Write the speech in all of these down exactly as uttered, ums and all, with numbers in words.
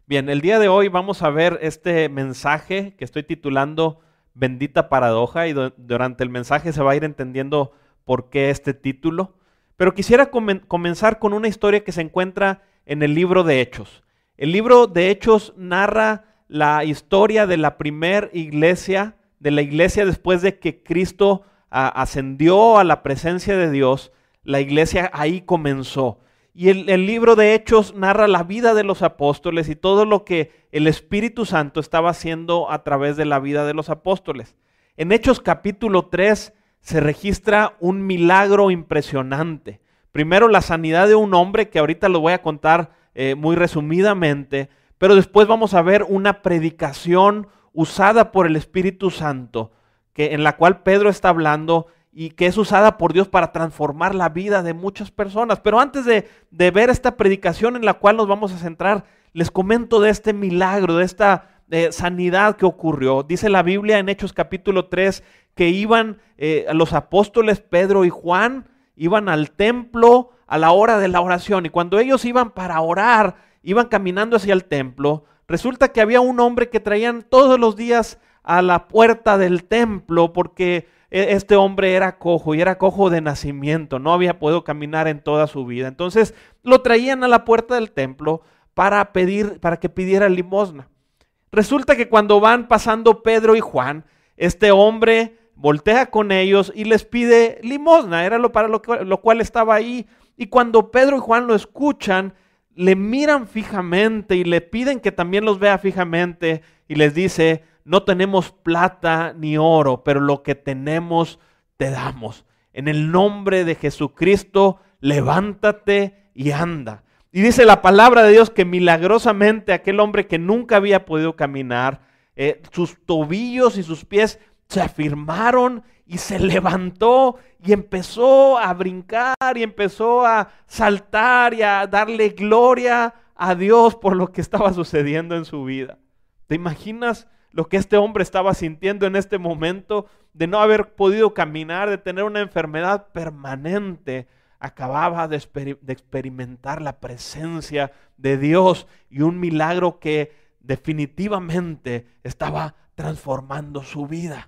Bien, el día de hoy vamos a ver este mensaje que estoy titulando Bendita Paradoja, y do- durante el mensaje se va a ir entendiendo por qué este título. Pero quisiera comen- comenzar con una historia que se encuentra en el libro de Hechos. El libro de Hechos narra la historia de la primer iglesia, de la iglesia después de que Cristo ah, ascendió a la presencia de Dios. La iglesia ahí comenzó. Y el, el libro de Hechos narra la vida de los apóstoles y todo lo que el Espíritu Santo estaba haciendo a través de la vida de los apóstoles. En Hechos capítulo tres se registra un milagro impresionante. Primero la sanidad de un hombre, que ahorita lo voy a contar eh, muy resumidamente, pero después vamos a ver una predicación usada por el Espíritu Santo, que, en la cual Pedro está hablando y que es usada por Dios para transformar la vida de muchas personas. Pero antes de, de ver esta predicación en la cual nos vamos a centrar, les comento de este milagro, de esta eh, sanidad que ocurrió. Dice la Biblia en Hechos capítulo tres que iban eh, los apóstoles Pedro y Juan, iban al templo a la hora de la oración, y cuando ellos iban para orar, iban caminando hacia el templo, resulta que había un hombre que traían todos los días a la puerta del templo porque este hombre era cojo y era cojo de nacimiento, no había podido caminar en toda su vida. Entonces lo traían a la puerta del templo para pedir, para que pidiera limosna. Resulta que cuando van pasando Pedro y Juan, este hombre voltea con ellos y les pide limosna, era lo para lo, que, lo cual estaba ahí. Y cuando Pedro y Juan lo escuchan, le miran fijamente y le piden que también los vea fijamente y les dice: no tenemos plata ni oro, pero lo que tenemos te damos. En el nombre de Jesucristo, levántate y anda. Y dice la palabra de Dios que milagrosamente aquel hombre que nunca había podido caminar, eh, sus tobillos y sus pies se afirmaron y se levantó y empezó a brincar y empezó a saltar y a darle gloria a Dios por lo que estaba sucediendo en su vida. ¿Te imaginas lo que este hombre estaba sintiendo en este momento de no haber podido caminar, de tener una enfermedad permanente? Acababa de, exper- de experimentar la presencia de Dios y un milagro que definitivamente estaba transformando su vida.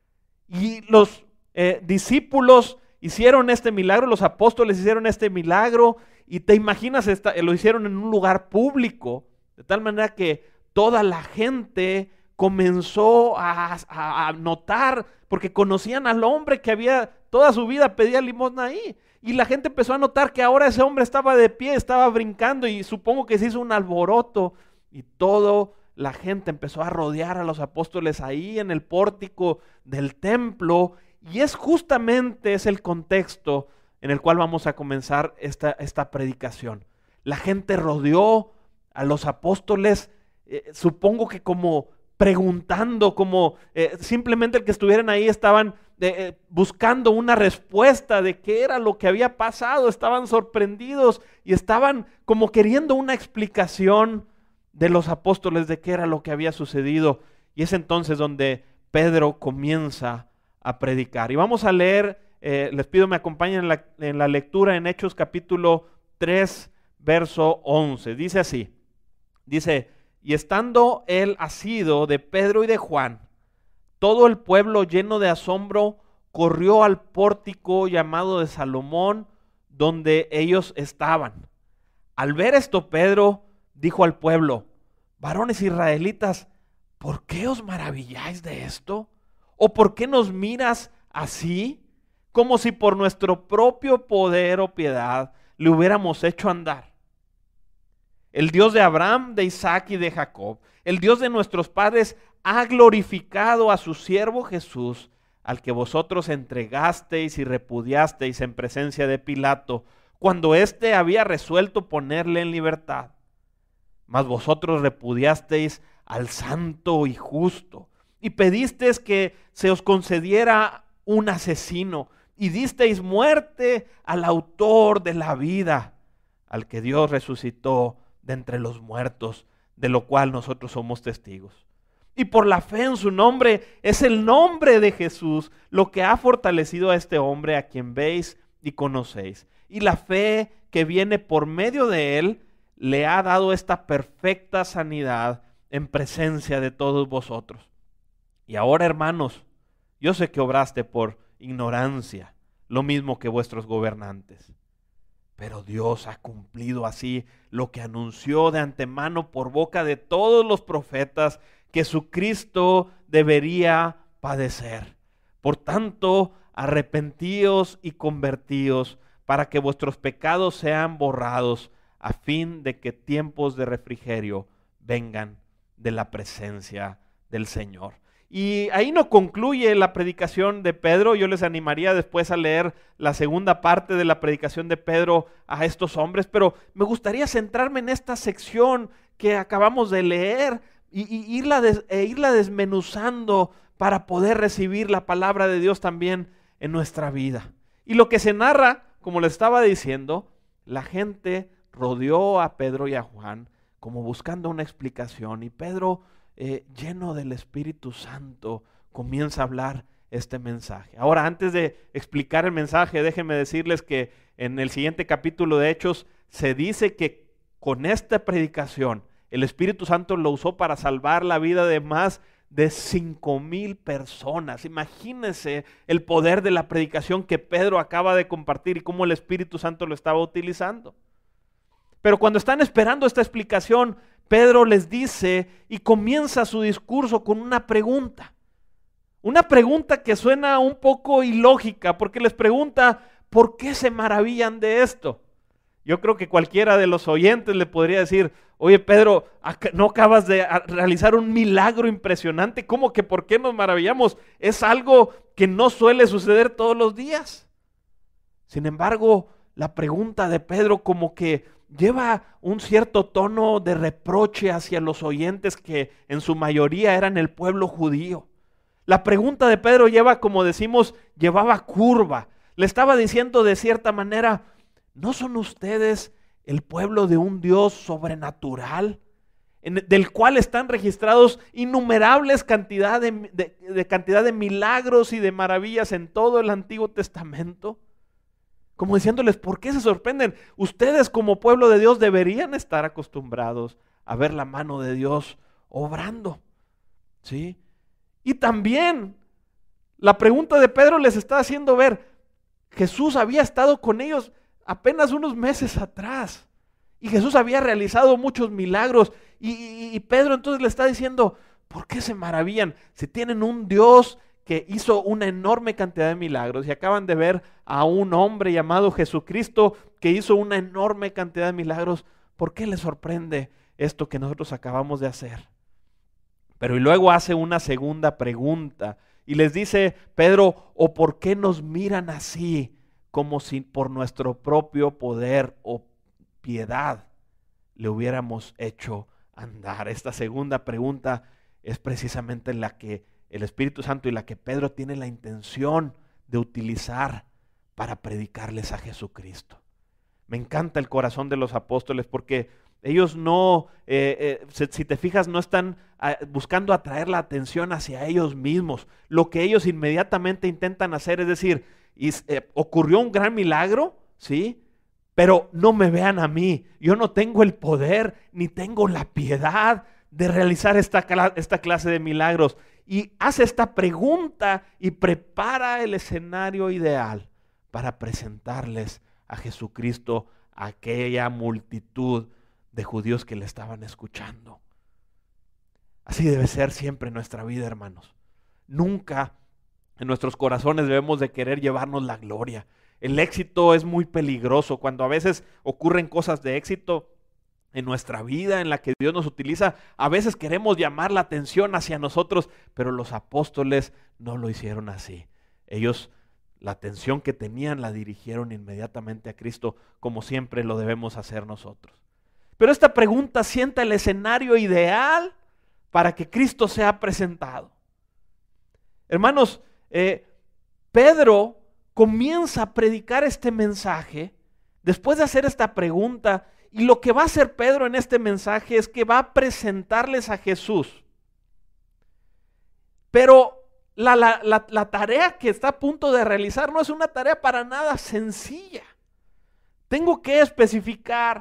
Y los eh, discípulos hicieron este milagro, los apóstoles hicieron este milagro, y te imaginas, esta, lo hicieron en un lugar público, de tal manera que toda la gente comenzó a, a, a notar, porque conocían al hombre que había toda su vida pedía limosna ahí. Y la gente empezó a notar que ahora ese hombre estaba de pie, estaba brincando, y supongo que se hizo un alboroto. Y toda la gente empezó a rodear a los apóstoles ahí en el pórtico del templo. Y es justamente es el contexto en el cual vamos a comenzar esta, esta predicación. La gente rodeó a los apóstoles, eh, supongo que como preguntando, como eh, simplemente el que estuvieran ahí estaban eh, eh, buscando una respuesta de qué era lo que había pasado, estaban sorprendidos y estaban como queriendo una explicación de los apóstoles de qué era lo que había sucedido. Y es entonces donde Pedro comienza a predicar. Y vamos a leer, eh, les pido me acompañen en la, en la lectura en Hechos capítulo tres, verso once. Dice así, dice: y estando él asido de Pedro y de Juan, todo el pueblo lleno de asombro corrió al pórtico llamado de Salomón, donde ellos estaban. Al ver esto, Pedro dijo al pueblo: varones israelitas, ¿por qué os maravilláis de esto? ¿O por qué nos miras así? Como si por nuestro propio poder o piedad le hubiéramos hecho andar. El Dios de Abraham, de Isaac y de Jacob, el Dios de nuestros padres, ha glorificado a su siervo Jesús, al que vosotros entregasteis y repudiasteis en presencia de Pilato, cuando éste había resuelto ponerle en libertad. Mas vosotros repudiasteis al santo y justo, y pedisteis que se os concediera un asesino, y disteis muerte al autor de la vida, al que Dios resucitó de entre los muertos, de lo cual nosotros somos testigos. Y por la fe en su nombre, es el nombre de Jesús lo que ha fortalecido a este hombre a quien veis y conocéis. Y la fe que viene por medio de él le ha dado esta perfecta sanidad en presencia de todos vosotros. Y ahora, hermanos, yo sé que obraste por ignorancia, lo mismo que vuestros gobernantes. Pero Dios ha cumplido así lo que anunció de antemano por boca de todos los profetas, que su Cristo debería padecer. Por tanto, arrepentíos y convertíos para que vuestros pecados sean borrados, a fin de que tiempos de refrigerio vengan de la presencia del Señor. Y ahí no concluye la predicación de Pedro. Yo les animaría después a leer la segunda parte de la predicación de Pedro a estos hombres, pero me gustaría centrarme en esta sección que acabamos de leer y, y irla, des, e irla desmenuzando para poder recibir la palabra de Dios también en nuestra vida. Y lo que se narra, como les estaba diciendo, la gente rodeó a Pedro y a Juan como buscando una explicación, y Pedro, Eh, lleno del Espíritu Santo, comienza a hablar este mensaje. Ahora, antes de explicar el mensaje, déjenme decirles que en el siguiente capítulo de Hechos se dice que con esta predicación el Espíritu Santo lo usó para salvar la vida de más de cinco mil personas. Imagínense el poder de la predicación que Pedro acaba de compartir y cómo el Espíritu Santo lo estaba utilizando. Pero cuando están esperando esta explicación, Pedro les dice y comienza su discurso con una pregunta. Una pregunta que suena un poco ilógica, porque les pregunta, ¿por qué se maravillan de esto? Yo creo que cualquiera de los oyentes le podría decir, oye Pedro, ¿no acabas de realizar un milagro impresionante? ¿Cómo que por qué nos maravillamos? Es algo que no suele suceder todos los días. Sin embargo, la pregunta de Pedro como que lleva un cierto tono de reproche hacia los oyentes, que en su mayoría eran el pueblo judío. La pregunta de Pedro lleva, como decimos, llevaba curva. Le estaba diciendo de cierta manera, ¿no son ustedes el pueblo de un Dios sobrenatural, en, del cual están registrados innumerables cantidad de, de, de cantidad de milagros y de maravillas en todo el Antiguo Testamento? Como diciéndoles, ¿por qué se sorprenden? Ustedes como pueblo de Dios deberían estar acostumbrados a ver la mano de Dios obrando, ¿sí? Y también la pregunta de Pedro les está haciendo ver, Jesús había estado con ellos apenas unos meses atrás y Jesús había realizado muchos milagros y, y, y Pedro entonces le está diciendo, ¿por qué se maravillan? Si tienen un Dios que hizo una enorme cantidad de milagros y acaban de ver a un hombre llamado Jesucristo que hizo una enorme cantidad de milagros, ¿por qué les sorprende esto que nosotros acabamos de hacer? Pero y luego hace una segunda pregunta y les dice, Pedro, ¿o por qué nos miran así, como si por nuestro propio poder o piedad le hubiéramos hecho andar? Esta segunda pregunta es precisamente la que el Espíritu Santo y la que Pedro tiene la intención de utilizar para predicarles a Jesucristo. Me encanta el corazón de los apóstoles porque ellos no, eh, eh, si te fijas, no están eh, buscando atraer la atención hacia ellos mismos. Lo que ellos inmediatamente intentan hacer es decir, y, eh, ocurrió un gran milagro, ¿sí? Pero no me vean a mí, yo no tengo el poder ni tengo la piedad de realizar esta, esta clase de milagros. Y hace esta pregunta y prepara el escenario ideal para presentarles a Jesucristo a aquella multitud de judíos que le estaban escuchando. Así debe ser siempre en nuestra vida, hermanos. Nunca en nuestros corazones debemos de querer llevarnos la gloria. El éxito es muy peligroso. Cuando a veces ocurren cosas de éxito en nuestra vida, en la que Dios nos utiliza, a veces queremos llamar la atención hacia nosotros, pero los apóstoles no lo hicieron así. Ellos, la atención que tenían la dirigieron inmediatamente a Cristo, como siempre lo debemos hacer nosotros. Pero esta pregunta sienta el escenario ideal para que Cristo sea presentado. Hermanos, eh, Pedro comienza a predicar este mensaje después de hacer esta pregunta. Y lo que va a hacer Pedro en este mensaje es que va a presentarles a Jesús. Pero la, la, la, la tarea que está a punto de realizar no es una tarea para nada sencilla. Tengo que especificar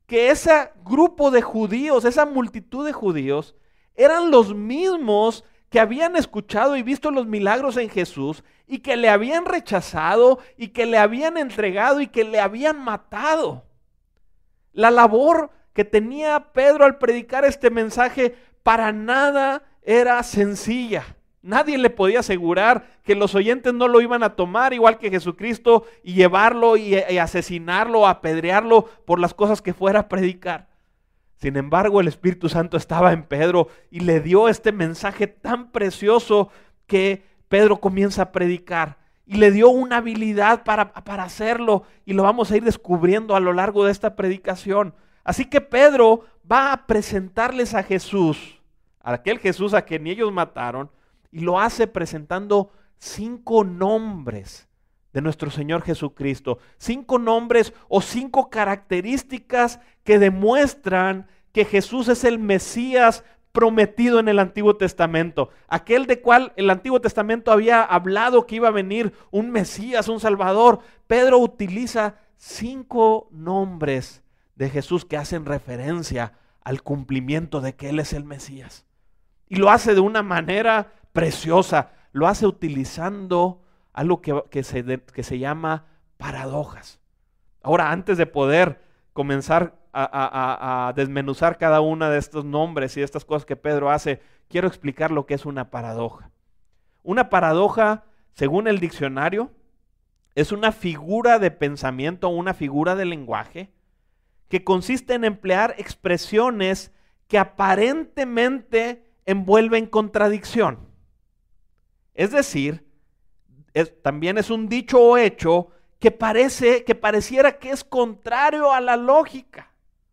que ese grupo de judíos, esa multitud de judíos, eran los mismos que habían escuchado y visto los milagros en Jesús y que le habían rechazado y que le habían entregado y que le habían matado. La labor que tenía Pedro al predicar este mensaje para nada era sencilla. Nadie le podía asegurar que los oyentes no lo iban a tomar igual que Jesucristo y llevarlo y, y asesinarlo, apedrearlo por las cosas que fuera a predicar. Sin embargo, el Espíritu Santo estaba en Pedro y le dio este mensaje tan precioso que Pedro comienza a predicar. Y le dio una habilidad para, para hacerlo y lo vamos a ir descubriendo a lo largo de esta predicación. Así que Pedro va a presentarles a Jesús, a aquel Jesús a quien ellos mataron, y lo hace presentando cinco nombres de nuestro Señor Jesucristo. Cinco nombres o cinco características que demuestran que Jesús es el Mesías prometido en el Antiguo Testamento. Aquel de cual el Antiguo Testamento había hablado que iba a venir un Mesías, un Salvador. Pedro utiliza cinco nombres de Jesús que hacen referencia al cumplimiento de que Él es el Mesías. Y lo hace de una manera preciosa, lo hace utilizando algo que, que, se, que se llama paradojas. Ahora, antes de poder comenzar a, a, a desmenuzar cada uno de estos nombres y de estas cosas que Pedro hace, quiero explicar lo que es una paradoja. Una paradoja, según el diccionario, es una figura de pensamiento, una figura de lenguaje que consiste en emplear expresiones que aparentemente envuelven contradicción. Es decir, es, también es un dicho o hecho que parece, que pareciera que es contrario a la lógica.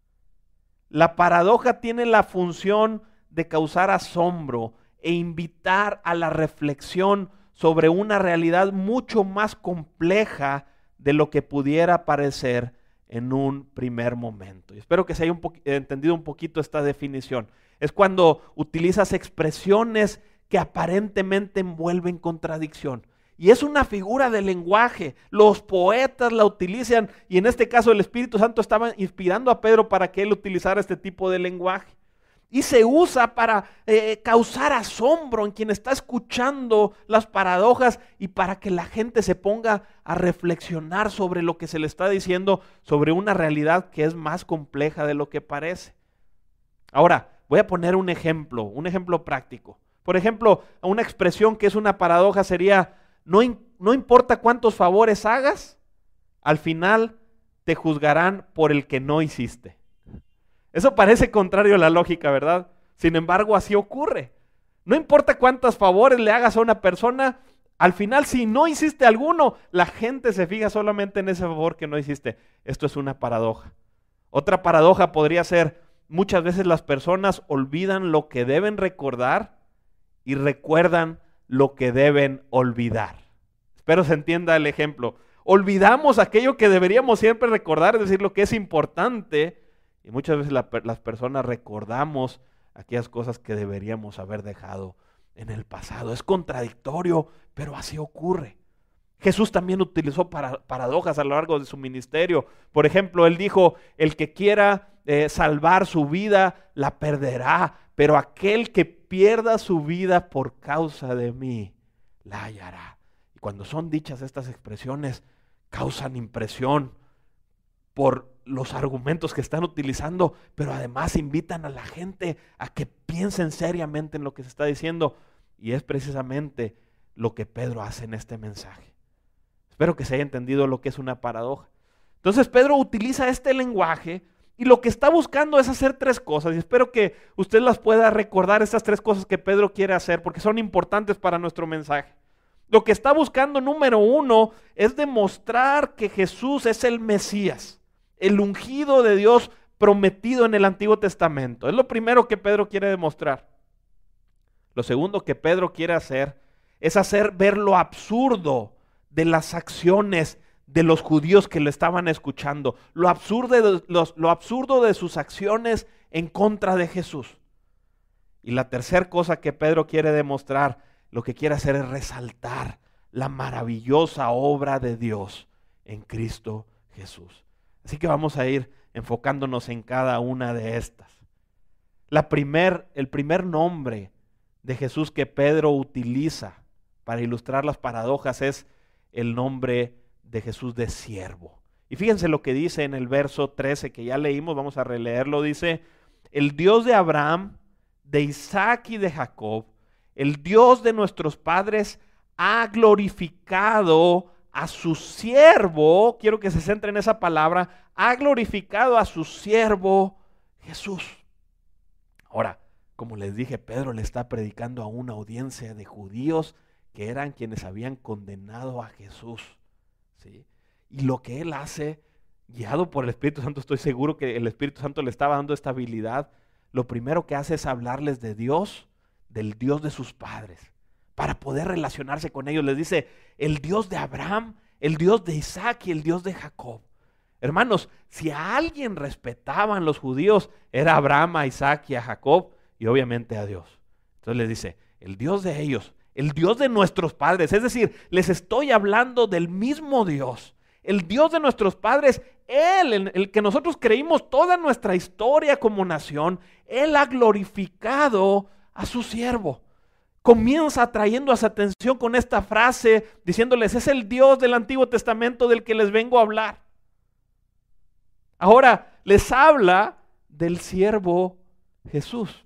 La paradoja tiene la función de causar asombro e invitar a la reflexión sobre una realidad mucho más compleja de lo que pudiera parecer en un primer momento. Y espero que se haya un po- entendido un poquito esta definición. Es cuando utilizas expresiones que aparentemente envuelven contradicción. Y es una figura de lenguaje. Los poetas la utilizan y en este caso el Espíritu Santo estaba inspirando a Pedro para que él utilizara este tipo de lenguaje. Y se usa para eh, causar asombro en quien está escuchando las paradojas y para que la gente se ponga a reflexionar sobre lo que se le está diciendo, sobre una realidad que es más compleja de lo que parece. Ahora, voy a poner un ejemplo, un ejemplo práctico. Por ejemplo, una expresión que es una paradoja sería, no, in, no importa cuántos favores hagas, al final te juzgarán por el que no hiciste. Eso parece contrario a la lógica, ¿verdad? Sin embargo, así ocurre. No importa cuántos favores le hagas a una persona, al final si no hiciste alguno, la gente se fija solamente en ese favor que no hiciste. Esto es una paradoja. Otra paradoja podría ser, muchas veces las personas olvidan lo que deben recordar y recuerdan lo que deben olvidar. Espero se entienda el ejemplo. Olvidamos aquello que deberíamos siempre recordar, es decir, lo que es importante, y muchas veces la, las personas recordamos aquellas cosas que deberíamos haber dejado en el pasado. Es contradictorio, pero así ocurre. Jesús también utilizó para, paradojas a lo largo de su ministerio. Por ejemplo, él dijo, el que quiera eh, salvar su vida, la perderá, pero aquel que pierda su vida por causa de mí, la hallará. Y cuando son dichas estas expresiones, causan impresión por los argumentos que están utilizando, pero además invitan a la gente a que piensen seriamente en lo que se está diciendo. Y es precisamente lo que Pedro hace en este mensaje. Espero que se haya entendido lo que es una paradoja. Entonces Pedro utiliza este lenguaje y lo que está buscando es hacer tres cosas. Y espero que usted las pueda recordar, estas tres cosas que Pedro quiere hacer, porque son importantes para nuestro mensaje. Lo que está buscando, número uno, es demostrar que Jesús es el Mesías, el ungido de Dios prometido en el Antiguo Testamento. Es lo primero que Pedro quiere demostrar. Lo segundo que Pedro quiere hacer es hacer ver lo absurdo de las acciones de los judíos que lo estaban escuchando, lo absurdo de, los, lo absurdo de sus acciones en contra de Jesús. Y la tercera cosa que Pedro quiere demostrar, lo que quiere hacer es resaltar la maravillosa obra de Dios en Cristo Jesús. Así que vamos a ir enfocándonos en cada una de estas. La primer, el primer nombre de Jesús que Pedro utiliza para ilustrar las paradojas es el nombre de Jesús de siervo. Y fíjense lo que dice en el verso trece que ya leímos, vamos a releerlo, dice: el Dios de Abraham, de Isaac y de Jacob, el Dios de nuestros padres, ha glorificado a su siervo, quiero que se centre en esa palabra, ha glorificado a su siervo Jesús. Ahora, como les dije, Pedro le está predicando a una audiencia de judíos que eran quienes habían condenado a Jesús, ¿sí? Y lo que él hace, guiado por el Espíritu Santo, estoy seguro que el Espíritu Santo le estaba dando esta habilidad, lo primero que hace es hablarles de Dios, del Dios de sus padres, para poder relacionarse con ellos. Les dice, el Dios de Abraham, el Dios de Isaac y el Dios de Jacob. Hermanos, si a alguien respetaban los judíos, era a Abraham, a Isaac y a Jacob, y obviamente a Dios. Entonces les dice, el Dios de ellos, el Dios de nuestros padres, es decir, les estoy hablando del mismo Dios, el Dios de nuestros padres, Él, el, el que nosotros creímos toda nuestra historia como nación, Él ha glorificado a su siervo. Comienza trayendo a su atención con esta frase, diciéndoles, es el Dios del Antiguo Testamento del que les vengo a hablar. Ahora les habla del siervo Jesús.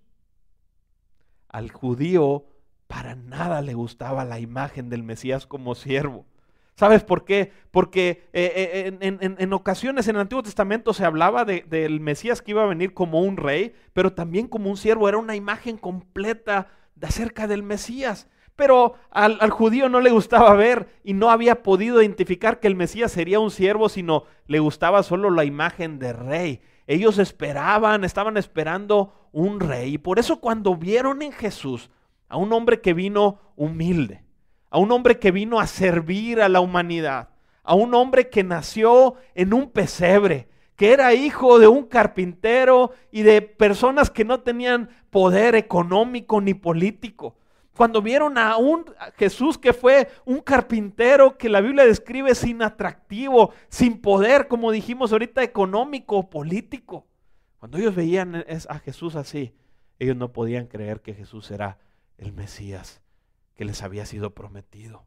Al judío para nada le gustaba la imagen del Mesías como siervo. ¿Sabes por qué? Porque eh, en, en, en ocasiones en el Antiguo Testamento se hablaba de, del Mesías que iba a venir como un rey, pero también como un siervo. Era una imagen completa de acerca del Mesías. Pero al, al judío no le gustaba ver y no había podido identificar que el Mesías sería un siervo, sino le gustaba solo la imagen de rey. Ellos esperaban, estaban esperando un rey. Y por eso cuando vieron en Jesús a un hombre que vino humilde, a un hombre que vino a servir a la humanidad, a un hombre que nació en un pesebre, que era hijo de un carpintero y de personas que no tenían poder económico ni político. Cuando vieron a un Jesús que fue un carpintero que la Biblia describe sin atractivo, sin poder, como dijimos ahorita, económico o político. Cuando ellos veían a Jesús así, ellos no podían creer que Jesús era el Mesías que les había sido prometido.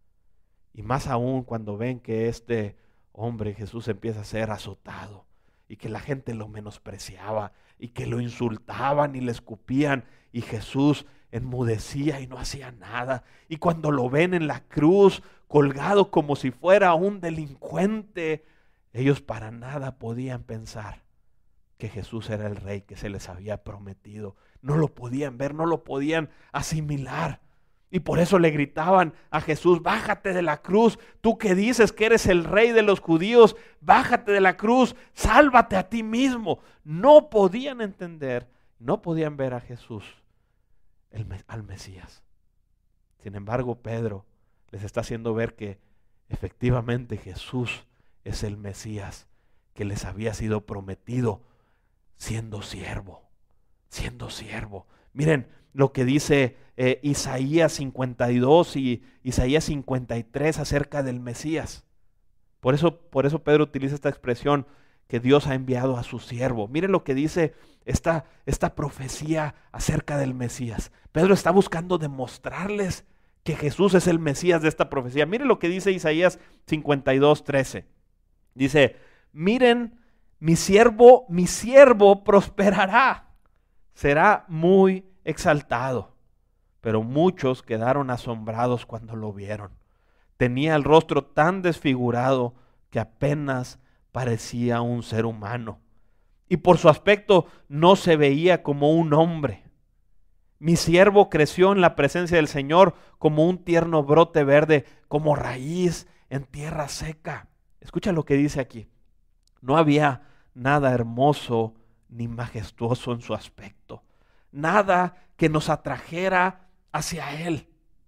Y más aún cuando ven que este hombre Jesús empieza a ser azotado y que la gente lo menospreciaba y que lo insultaban y le escupían y Jesús enmudecía y no hacía nada. Y cuando lo ven en la cruz colgado como si fuera un delincuente, ellos para nada podían pensar que Jesús era el rey que se les había prometido. No lo podían ver, no lo podían asimilar. Y por eso le gritaban a Jesús, bájate de la cruz, tú que dices que eres el rey de los judíos, bájate de la cruz, sálvate a ti mismo. No podían entender, no podían ver a Jesús, el, al Mesías. Sin embargo, Pedro les está haciendo ver que efectivamente Jesús es el Mesías que les había sido prometido siendo siervo, siendo siervo. Miren lo que dice eh, Isaías cincuenta y dos y Isaías cincuenta y tres acerca del Mesías. Por eso, por eso Pedro utiliza esta expresión que Dios ha enviado a su siervo. Miren lo que dice esta, esta profecía acerca del Mesías. Pedro está buscando demostrarles que Jesús es el Mesías de esta profecía. Miren lo que dice Isaías cincuenta y dos, trece. Dice, miren, mi siervo, mi siervo prosperará, será muy exaltado. Pero muchos quedaron asombrados cuando lo vieron. Tenía el rostro tan desfigurado que apenas parecía un ser humano. Y por su aspecto no se veía como un hombre. Mi siervo creció en la presencia del Señor como un tierno brote verde, como raíz en tierra seca. Escucha lo que dice aquí. No había nada hermoso ni majestuoso en su aspecto. Nada que nos atrajera hacia Él.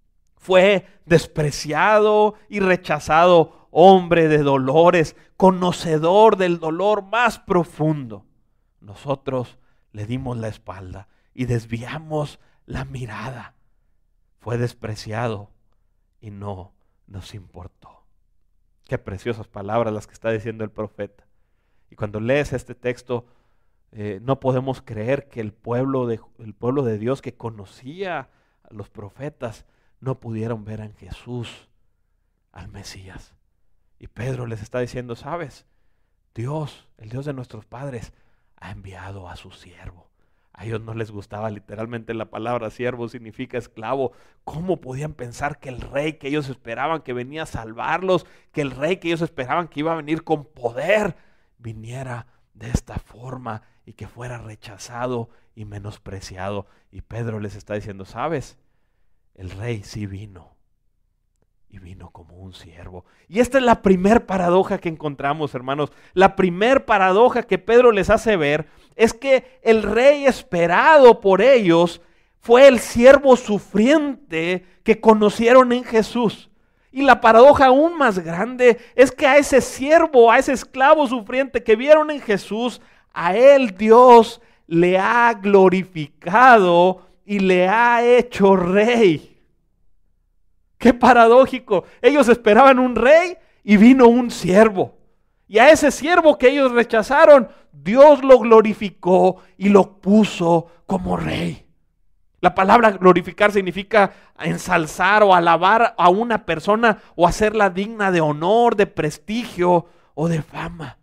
Fue despreciado y rechazado, hombre de dolores, conocedor del dolor más profundo. Nosotros le dimos la espalda y desviamos la mirada. Fue despreciado y no nos importó. Qué preciosas palabras las que está diciendo el profeta. Y cuando lees este texto, eh, no podemos creer que el pueblo, de, el pueblo de Dios que conocía a los profetas no pudieron ver en Jesús al Mesías. Y Pedro les está diciendo, ¿sabes? Dios, el Dios de nuestros padres, ha enviado a su siervo. A ellos no les gustaba literalmente la palabra siervo, significa esclavo. ¿Cómo podían pensar que el rey que ellos esperaban que venía a salvarlos, que el rey que ellos esperaban que iba a venir con poder, viniera de esta forma y que fuera rechazado y menospreciado? Y Pedro les está diciendo, ¿sabes? El rey sí vino. Y vino como un siervo. Y esta es la primer paradoja que encontramos, hermanos. La primer paradoja que Pedro les hace ver es que el rey esperado por ellos fue el siervo sufriente que conocieron en Jesús. Y la paradoja aún más grande es que a ese siervo, a ese esclavo sufriente que vieron en Jesús, a él Dios le ha glorificado y le ha hecho rey. ¡Qué paradójico! Ellos esperaban un rey y vino un siervo. Y a ese siervo que ellos rechazaron, Dios lo glorificó y lo puso como rey. La palabra glorificar significa ensalzar o alabar a una persona o hacerla digna de honor, de prestigio o de fama.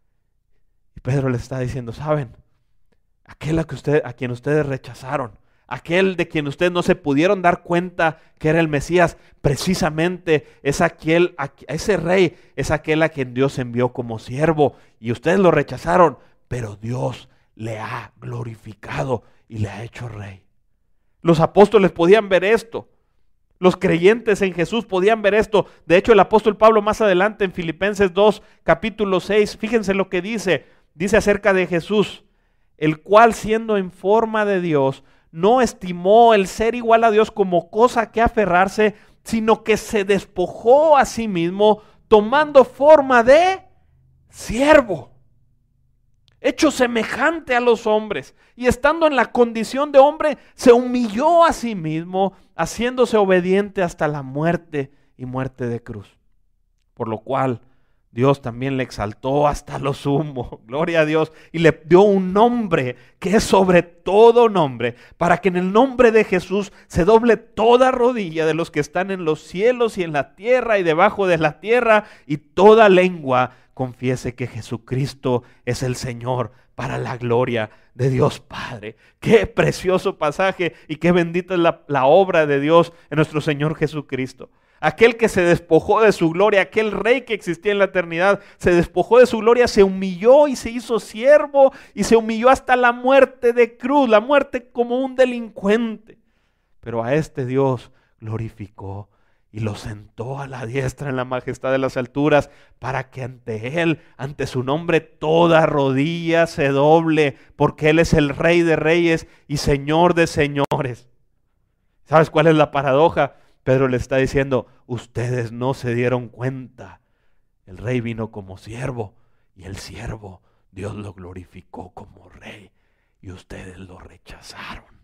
Y Pedro les está diciendo, ¿saben? Aquel a, que usted, a quien ustedes rechazaron, aquel de quien ustedes no se pudieron dar cuenta que era el Mesías, precisamente es aquel, ese rey es aquel a quien Dios envió como siervo. Y ustedes lo rechazaron, pero Dios le ha glorificado y le ha hecho rey. Los apóstoles podían ver esto. Los creyentes en Jesús podían ver esto. De hecho, el apóstol Pablo más adelante en Filipenses dos, capítulo seis, fíjense lo que dice. Dice acerca de Jesús, el cual siendo en forma de Dios, no estimó el ser igual a Dios como cosa que aferrarse, sino que se despojó a sí mismo, tomando forma de siervo, hecho semejante a los hombres, y estando en la condición de hombre, se humilló a sí mismo, haciéndose obediente hasta la muerte y muerte de cruz. Por lo cual Dios también le exaltó hasta lo sumo, gloria a Dios, y le dio un nombre que es sobre todo nombre, para que en el nombre de Jesús se doble toda rodilla de los que están en los cielos y en la tierra y debajo de la tierra, y toda lengua confiese que Jesucristo es el Señor, para la gloria de Dios Padre. Qué precioso pasaje y qué bendita es la, la obra de Dios en nuestro Señor Jesucristo. Aquel que se despojó de su gloria, aquel rey que existía en la eternidad, se despojó de su gloria, se humilló y se hizo siervo y se humilló hasta la muerte de cruz, la muerte como un delincuente. Pero a este Dios glorificó y lo sentó a la diestra en la majestad de las alturas, para que ante Él, ante su nombre, toda rodilla se doble, porque Él es el Rey de reyes y Señor de señores. ¿Sabes cuál es la paradoja? Pedro le está diciendo, ustedes no se dieron cuenta. El rey vino como siervo y el siervo Dios lo glorificó como rey y ustedes lo rechazaron.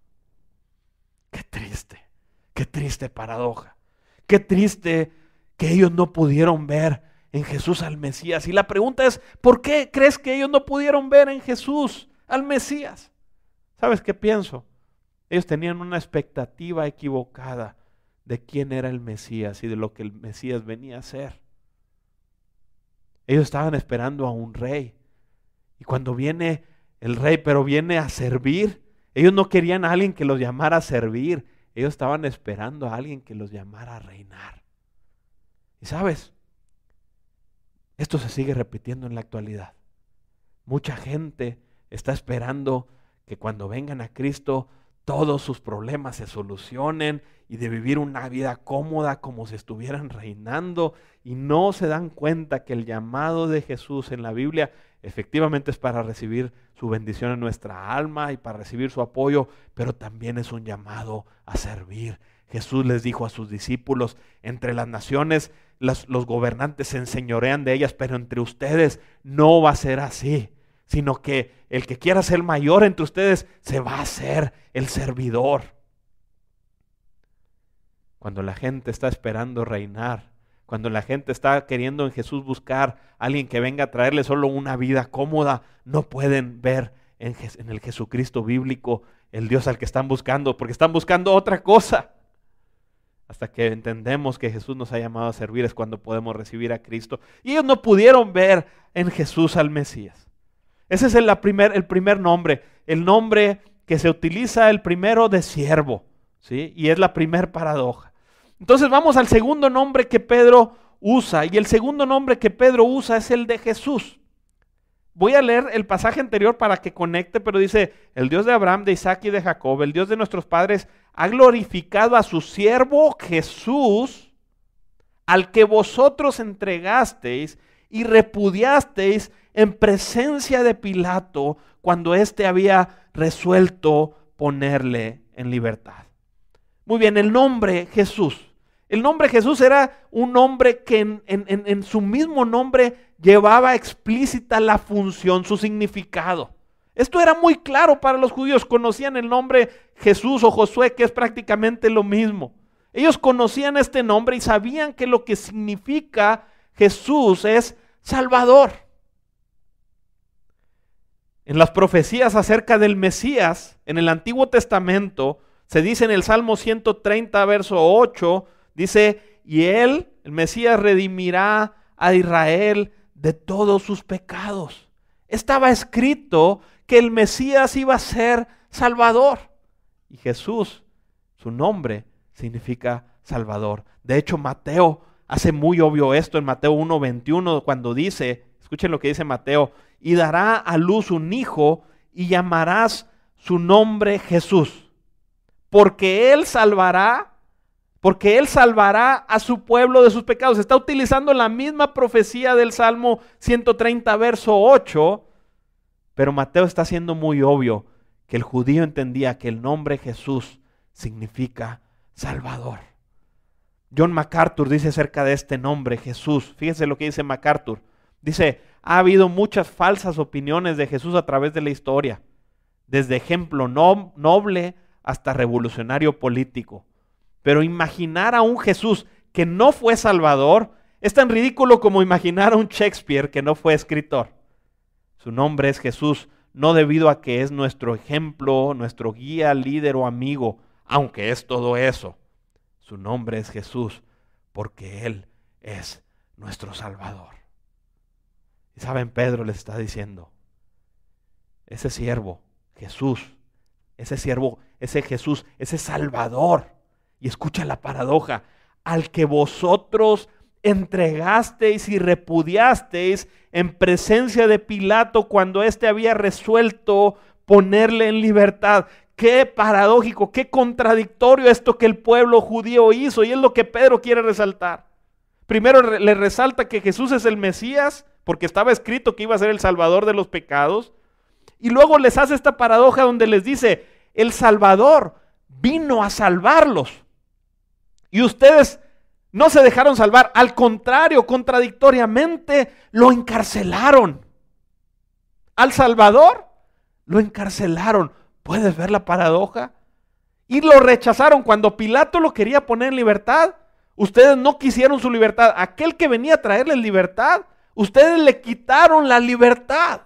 Qué triste, qué triste paradoja. Qué triste que ellos no pudieron ver en Jesús al Mesías. Y la pregunta es, ¿por qué crees que ellos no pudieron ver en Jesús al Mesías? ¿Sabes qué pienso? Ellos tenían una expectativa equivocada de quién era el Mesías y de lo que el Mesías venía a ser. Ellos estaban esperando a un rey. Y cuando viene el rey, pero viene a servir, ellos no querían a alguien que los llamara a servir. Ellos estaban esperando a alguien que los llamara a reinar. Y sabes, esto se sigue repitiendo en la actualidad. Mucha gente está esperando que cuando vengan a Cristo todos sus problemas se solucionen y de vivir una vida cómoda como si estuvieran reinando, y no se dan cuenta que el llamado de Jesús en la Biblia efectivamente es para recibir su bendición en nuestra alma y para recibir su apoyo, pero también es un llamado a servir. Jesús les dijo a sus discípulos, entre las naciones las, los gobernantes se enseñorean de ellas, pero entre ustedes no va a ser así, sino que el que quiera ser mayor entre ustedes se va a hacer el servidor. Cuando la gente está esperando reinar, Cuando la gente está queriendo en Jesús buscar a alguien que venga a traerle solo una vida cómoda, no pueden ver en, en el Jesucristo bíblico el Dios al que están buscando, porque están buscando otra cosa. Hasta que entendemos que Jesús nos ha llamado a servir es cuando podemos recibir a Cristo. Y ellos no pudieron ver en Jesús al Mesías. Ese es el, la primer, el primer nombre, el nombre que se utiliza, el primero de siervo, ¿sí? Y es la primer paradoja. Entonces vamos al segundo nombre que Pedro usa, y el segundo nombre que Pedro usa es el de Jesús. Voy a leer el pasaje anterior para que conecte, pero dice, el Dios de Abraham, de Isaac y de Jacob, el Dios de nuestros padres, ha glorificado a su siervo Jesús, al que vosotros entregasteis y repudiasteis en presencia de Pilato, cuando éste había resuelto ponerle en libertad. Muy bien, el nombre Jesús. El nombre Jesús era un nombre que en, en, en su mismo nombre llevaba explícita la función, su significado. Esto era muy claro para los judíos, conocían el nombre Jesús o Josué, que es prácticamente lo mismo. Ellos conocían este nombre y sabían que lo que significa Jesús es Salvador. En las profecías acerca del Mesías, en el Antiguo Testamento, se dice en el Salmo ciento treinta, verso ocho, dice, y él, el Mesías, redimirá a Israel de todos sus pecados. Estaba escrito que el Mesías iba a ser Salvador. Y Jesús, su nombre, significa Salvador. De hecho, Mateo hace muy obvio esto en Mateo uno veintiuno, cuando dice, escuchen lo que dice Mateo, y dará a luz un hijo y llamarás su nombre Jesús, porque él salvará, porque él salvará a su pueblo de sus pecados. Está utilizando la misma profecía del Salmo ciento treinta, verso ocho, pero Mateo está siendo muy obvio que el judío entendía que el nombre Jesús significa Salvador. John MacArthur dice acerca de este nombre, Jesús. Fíjense lo que dice MacArthur. Dice, ha habido muchas falsas opiniones de Jesús a través de la historia, desde ejemplo no, noble hasta revolucionario político. Pero imaginar a un Jesús que no fue Salvador es tan ridículo como imaginar a un Shakespeare que no fue escritor. Su nombre es Jesús, no debido a que es nuestro ejemplo, nuestro guía, líder o amigo, aunque es todo eso. Su nombre es Jesús porque Él es nuestro Salvador. Y saben, Pedro les está diciendo, ese siervo, Jesús, ese siervo, ese Jesús, ese Salvador, y escucha la paradoja, al que vosotros entregasteis y repudiasteis en presencia de Pilato cuando éste había resuelto ponerle en libertad. Qué paradójico, qué contradictorio esto que el pueblo judío hizo, y es lo que Pedro quiere resaltar. Primero le resalta que Jesús es el Mesías, porque estaba escrito que iba a ser el Salvador de los pecados, y luego les hace esta paradoja donde les dice, el Salvador vino a salvarlos, y ustedes no se dejaron salvar, al contrario, contradictoriamente lo encarcelaron. Al Salvador lo encarcelaron. ¿Puedes ver la paradoja? Y lo rechazaron cuando Pilato lo quería poner en libertad. Ustedes no quisieron su libertad. Aquel que venía a traerles libertad, ustedes le quitaron la libertad.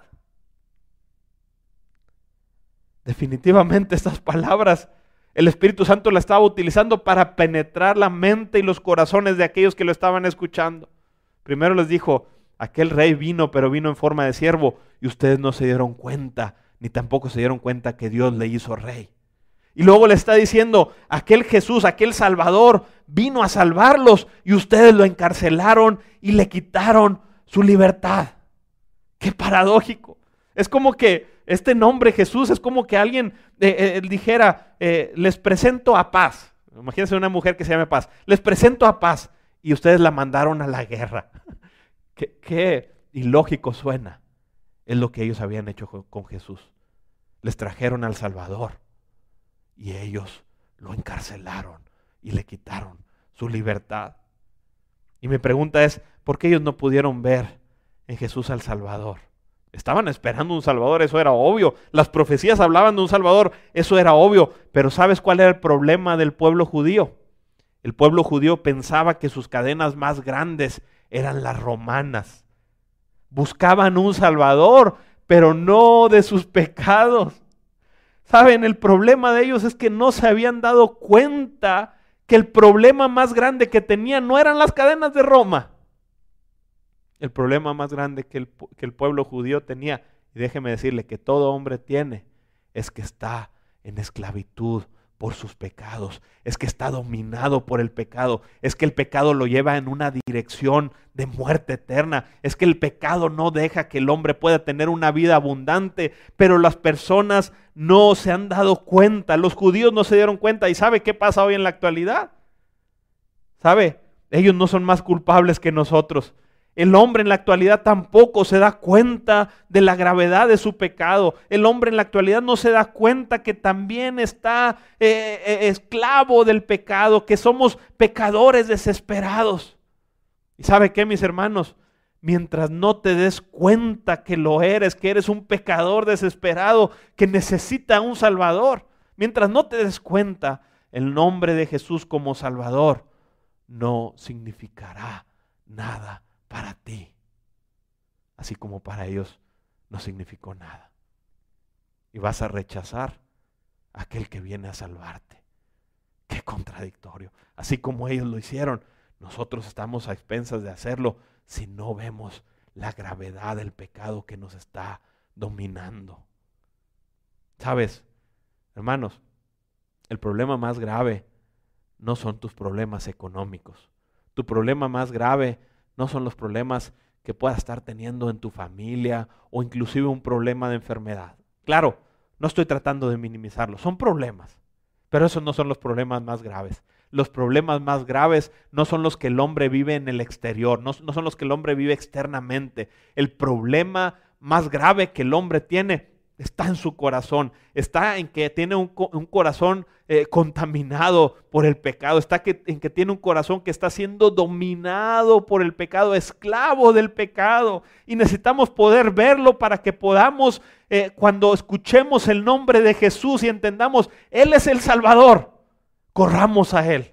Definitivamente estas palabras el Espíritu Santo la estaba utilizando para penetrar la mente y los corazones de aquellos que lo estaban escuchando. Primero les dijo, aquel rey vino, pero vino en forma de siervo, y ustedes no se dieron cuenta, ni tampoco se dieron cuenta que Dios le hizo rey. Y luego le está diciendo, aquel Jesús, aquel Salvador, vino a salvarlos, y ustedes lo encarcelaron y le quitaron su libertad. ¡Qué paradójico! Es como que este nombre Jesús es como que alguien eh, eh, dijera, eh, les presento a Paz. Imagínense una mujer que se llame Paz. Les presento a Paz y ustedes la mandaron a la guerra. ¿Qué, qué ilógico suena? Es lo que ellos habían hecho con Jesús. Les trajeron al Salvador y ellos lo encarcelaron y le quitaron su libertad. Y mi pregunta es, ¿por qué ellos no pudieron ver en Jesús al Salvador? Estaban esperando un Salvador, eso era obvio. Las profecías hablaban de un Salvador, eso era obvio. Pero ¿sabes cuál era el problema del pueblo judío? El pueblo judío pensaba que sus cadenas más grandes eran las romanas. Buscaban un Salvador, pero no de sus pecados. ¿Saben? El problema de ellos es que no se habían dado cuenta que el problema más grande que tenían no eran las cadenas de Roma. El problema más grande que el, que el pueblo judío tenía, y déjeme decirle que todo hombre tiene, es que está en esclavitud por sus pecados, es que está dominado por el pecado, es que el pecado lo lleva en una dirección de muerte eterna, es que el pecado no deja que el hombre pueda tener una vida abundante, pero las personas no se han dado cuenta, los judíos no se dieron cuenta. ¿Y sabe qué pasa hoy en la actualidad? ¿Sabe? Ellos no son más culpables que nosotros. El hombre en la actualidad tampoco se da cuenta de la gravedad de su pecado. El hombre en la actualidad no se da cuenta que también está eh, eh, esclavo del pecado, que somos pecadores desesperados. ¿Y sabe qué, mis hermanos? Mientras no te des cuenta que lo eres, que eres un pecador desesperado, que necesita un Salvador, mientras no te des cuenta, el nombre de Jesús como Salvador no significará nada para ti, así como para ellos no significó nada. Y vas a rechazar a aquel que viene a salvarte. Qué contradictorio. Así como ellos lo hicieron, nosotros estamos a expensas de hacerlo si no vemos la gravedad del pecado que nos está dominando. ¿Sabes, hermanos? El problema más grave no son tus problemas económicos. Tu problema más grave no son los problemas que puedas estar teniendo en tu familia o inclusive un problema de enfermedad. Claro, no estoy tratando de minimizarlo, son problemas, pero esos no son los problemas más graves. Los problemas más graves no son los que el hombre vive en el exterior, no, no son los que el hombre vive externamente. El problema más grave que el hombre tiene está en su corazón, está en que tiene un, un corazón eh, contaminado por el pecado, está que, en que tiene un corazón que está siendo dominado por el pecado, esclavo del pecado. Y necesitamos poder verlo para que podamos, eh, cuando escuchemos el nombre de Jesús y entendamos, Él es el Salvador, corramos a Él.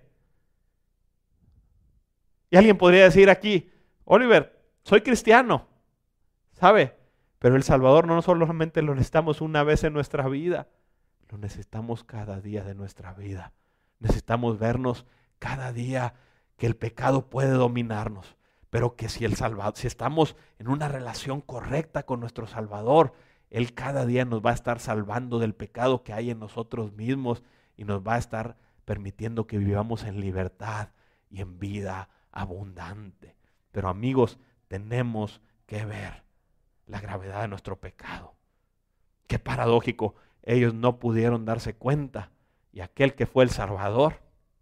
Y alguien podría decir aquí, Oliver, soy cristiano, ¿sabe? Pero el Salvador no solamente lo necesitamos una vez en nuestra vida, lo necesitamos cada día de nuestra vida. Necesitamos vernos cada día que el pecado puede dominarnos, pero que si, el Salvador, si estamos en una relación correcta con nuestro Salvador, Él cada día nos va a estar salvando del pecado que hay en nosotros mismos y nos va a estar permitiendo que vivamos en libertad y en vida abundante. Pero amigos, tenemos que ver la gravedad de nuestro pecado. Qué paradójico, ellos no pudieron darse cuenta y aquel que fue el Salvador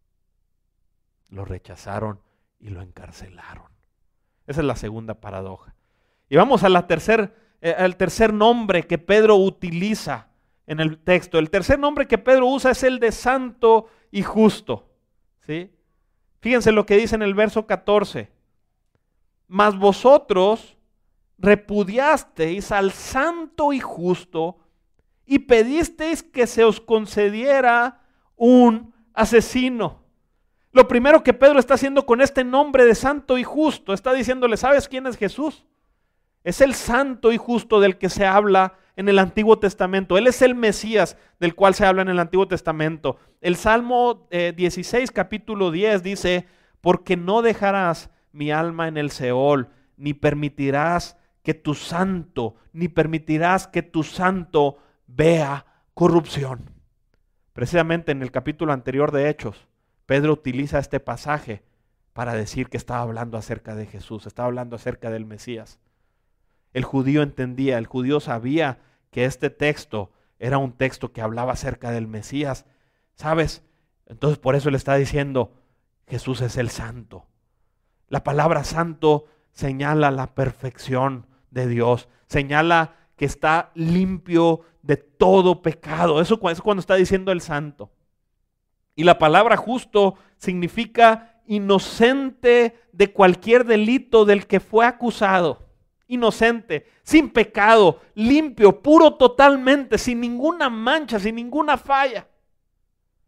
lo rechazaron y lo encarcelaron. Esa es la segunda paradoja. Y vamos a la tercer, eh, al tercer nombre que Pedro utiliza en el texto. El tercer nombre que Pedro usa es el de santo y justo, ¿sí? Fíjense lo que dice en el verso catorce. Mas vosotros repudiasteis al santo y justo y pedisteis que se os concediera un asesino. Lo primero que Pedro está haciendo con este nombre de santo y justo, está diciéndole, ¿sabes quién es Jesús? Es el santo y justo del que se habla en el Antiguo Testamento. Él es el Mesías del cual se habla en el Antiguo Testamento. El Salmo eh, dieciséis, capítulo diez dice, porque no dejarás mi alma en el Seol, ni permitirás que tu santo, ni permitirás que tu santo vea corrupción. Precisamente en el capítulo anterior de Hechos, Pedro utiliza este pasaje para decir que estaba hablando acerca de Jesús, estaba hablando acerca del Mesías. El judío entendía, el judío sabía que este texto era un texto que hablaba acerca del Mesías. ¿Sabes? Entonces por eso le está diciendo, Jesús es el santo. La palabra santo señala la perfección de Dios, señala que está limpio de todo pecado. Eso es cuando está diciendo el santo. Y la palabra justo significa inocente de cualquier delito del que fue acusado. Inocente, sin pecado, limpio, puro totalmente, sin ninguna mancha, sin ninguna falla.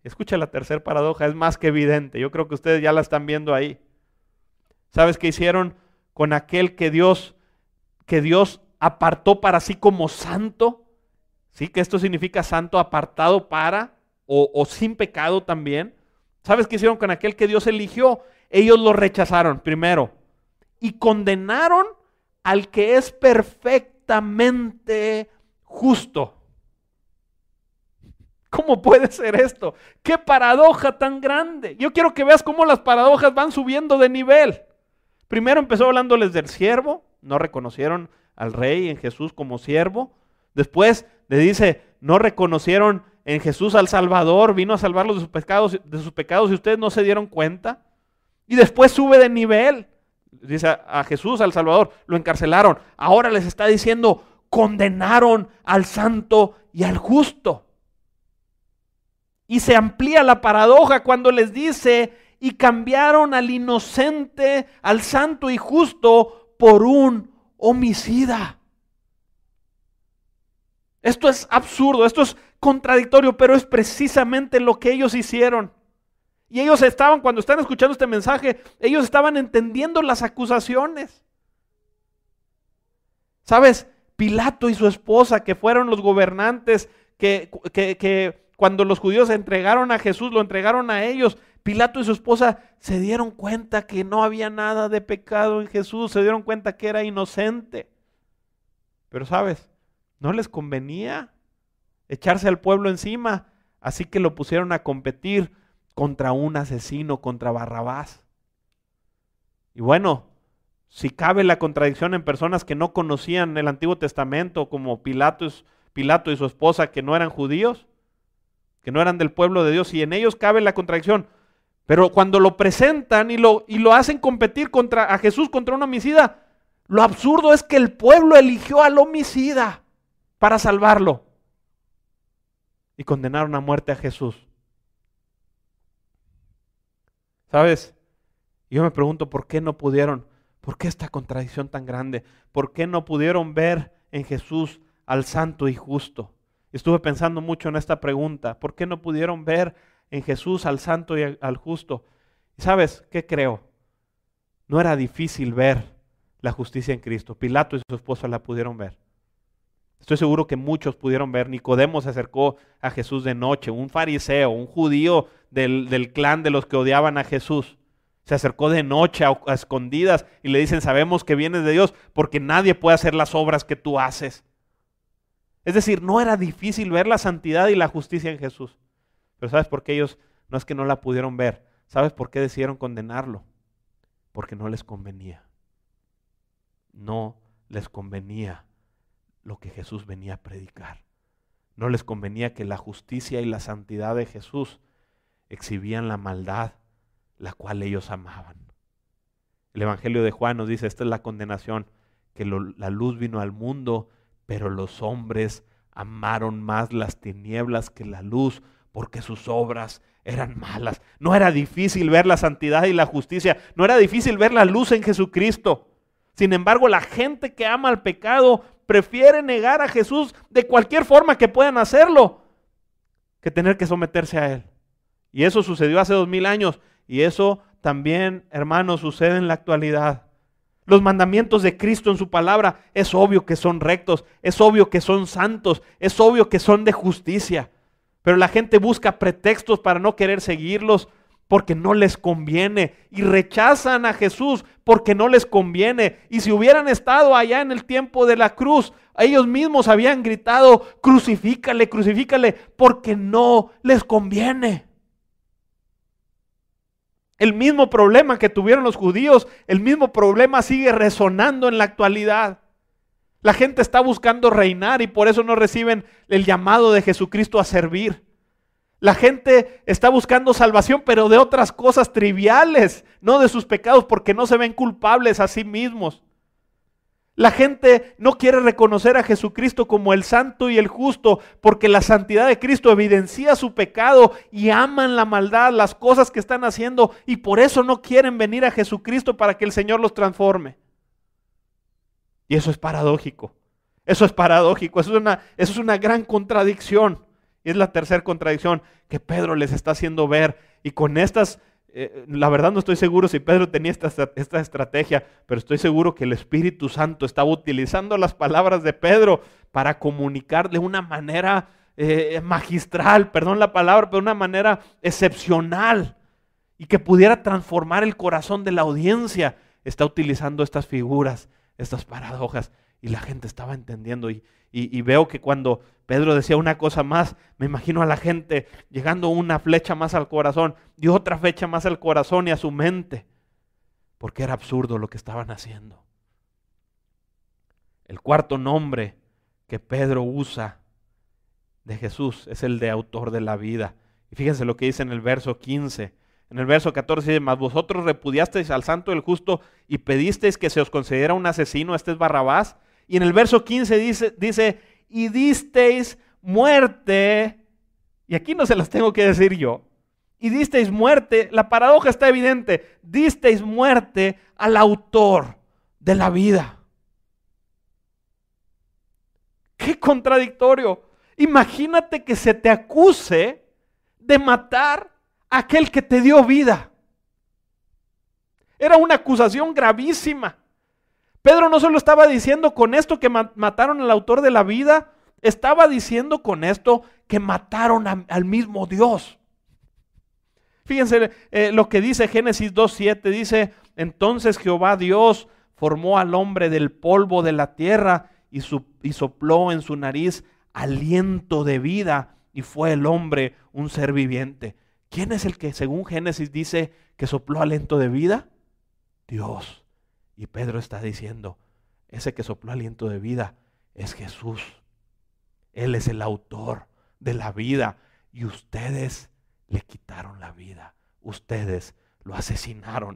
Escucha la tercera paradoja, es más que evidente. Yo creo que ustedes ya la están viendo ahí. ¿Sabes qué hicieron con aquel que Dios, que Dios apartó para sí como santo? ¿Sí? Que esto significa santo, apartado para, o, o sin pecado también. ¿Sabes qué hicieron con aquel que Dios eligió? Ellos lo rechazaron primero y condenaron al que es perfectamente justo. ¿Cómo puede ser esto? ¡Qué paradoja tan grande! Yo quiero que veas cómo las paradojas van subiendo de nivel. Primero empezó hablándoles del siervo, no reconocieron al rey en Jesús como siervo. Después le dice, no reconocieron en Jesús al Salvador, vino a salvarlos de sus pecados, de sus pecados y ustedes no se dieron cuenta. Y después sube de nivel, dice a, a Jesús, al Salvador, lo encarcelaron. Ahora les está diciendo, condenaron al santo y al justo. Y se amplía la paradoja cuando les dice, y cambiaron al inocente, al santo y justo, por un homicida. Esto es absurdo, esto es contradictorio, pero es precisamente lo que ellos hicieron. Y ellos estaban, cuando están escuchando este mensaje, ellos estaban entendiendo las acusaciones. ¿Sabes? Pilato y su esposa, que fueron los gobernantes, que, que, que cuando los judíos entregaron a Jesús, lo entregaron a ellos. Pilato y su esposa se dieron cuenta que no había nada de pecado en Jesús, se dieron cuenta que era inocente. Pero ¿sabes? No les convenía echarse al pueblo encima, así que lo pusieron a competir contra un asesino, contra Barrabás. Y bueno, si cabe la contradicción en personas que no conocían el Antiguo Testamento, como Pilato, Pilato y su esposa, que no eran judíos, que no eran del pueblo de Dios, y en ellos cabe la contradicción, pero cuando lo presentan y lo, y lo hacen competir contra, a Jesús contra un homicida, lo absurdo es que el pueblo eligió al homicida para salvarlo y condenaron a muerte a Jesús. ¿Sabes? Yo me pregunto por qué no pudieron, por qué esta contradicción tan grande, por qué no pudieron ver en Jesús al santo y justo. Estuve pensando mucho en esta pregunta, ¿por qué no pudieron ver en Jesús al santo y al justo? ¿Y sabes qué creo? No era difícil ver la justicia en Cristo. Pilato y su esposa la pudieron ver. Estoy seguro que muchos pudieron ver. Nicodemo se acercó a Jesús de noche, un fariseo, un judío del, del clan de los que odiaban a Jesús. Se acercó de noche a, a escondidas y le dicen, sabemos que vienes de Dios porque nadie puede hacer las obras que tú haces. Es decir, no era difícil ver la santidad y la justicia en Jesús. Pero ¿sabes por qué ellos no es que no la pudieron ver? ¿Sabes por qué decidieron condenarlo? Porque no les convenía. No les convenía lo que Jesús venía a predicar. No les convenía que la justicia y la santidad de Jesús exhibían la maldad, la cual ellos amaban. El Evangelio de Juan nos dice, esta es la condenación, que lo, la luz vino al mundo, pero los hombres amaron más las tinieblas que la luz, porque sus obras eran malas. No era difícil ver la santidad y la justicia, no era difícil ver la luz en Jesucristo. Sin embargo, la gente que ama al pecado prefiere negar a Jesús de cualquier forma que puedan hacerlo, que tener que someterse a Él. Y eso sucedió hace dos mil años, y eso también, hermanos, sucede en la actualidad. Los mandamientos de Cristo en su palabra es obvio que son rectos, es obvio que son santos, es obvio que son de justicia. Pero la gente busca pretextos para no querer seguirlos porque no les conviene y rechazan a Jesús porque no les conviene. Y si hubieran estado allá en el tiempo de la cruz, ellos mismos habían gritado, crucifícale, crucifícale, porque no les conviene. El mismo problema que tuvieron los judíos, el mismo problema sigue resonando en la actualidad. La gente está buscando reinar y por eso no reciben el llamado de Jesucristo a servir. La gente está buscando salvación, pero de otras cosas triviales, no de sus pecados, porque no se ven culpables a sí mismos. La gente no quiere reconocer a Jesucristo como el santo y el justo, porque la santidad de Cristo evidencia su pecado y aman la maldad, las cosas que están haciendo, y por eso no quieren venir a Jesucristo para que el Señor los transforme. Y eso es paradójico, eso es paradójico, eso es una, eso es una gran contradicción. Y es la tercera contradicción que Pedro les está haciendo ver. Y con estas, eh, la verdad no estoy seguro si Pedro tenía esta, esta estrategia, pero estoy seguro que el Espíritu Santo estaba utilizando las palabras de Pedro para comunicar de una manera eh, magistral, perdón la palabra, pero de una manera excepcional. Y que pudiera transformar el corazón de la audiencia. Está utilizando estas figuras, estas paradojas. Y la gente estaba entendiendo. Y, y, y veo que cuando Pedro decía una cosa más, me imagino a la gente llegando una flecha más al corazón y otra flecha más al corazón y a su mente. Porque era absurdo lo que estaban haciendo. El cuarto nombre que Pedro usa de Jesús es el de autor de la vida. Y fíjense lo que dice en el verso quince. En el verso catorce dice, mas vosotros repudiasteis al santo y el justo y pedisteis que se os considera un asesino, este es Barrabás. Y en el verso quince dice, dice, y disteis muerte, y aquí no se las tengo que decir yo, y disteis muerte, la paradoja está evidente, disteis muerte al autor de la vida. ¡Qué contradictorio! Imagínate que se te acuse de matar a aquel que te dio vida. Era una acusación gravísima. Pedro no solo estaba diciendo con esto que mataron al autor de la vida, estaba diciendo con esto que mataron a, al mismo Dios. Fíjense eh, lo que dice Génesis dos siete, dice, entonces Jehová Dios formó al hombre del polvo de la tierra y, su, y sopló en su nariz aliento de vida y fue el hombre un ser viviente. ¿Quién es el que según Génesis dice que sopló aliento de vida? Dios. Y Pedro está diciendo, ese que sopló aliento de vida es Jesús. Él es el autor de la vida y ustedes le quitaron la vida. Ustedes lo asesinaron.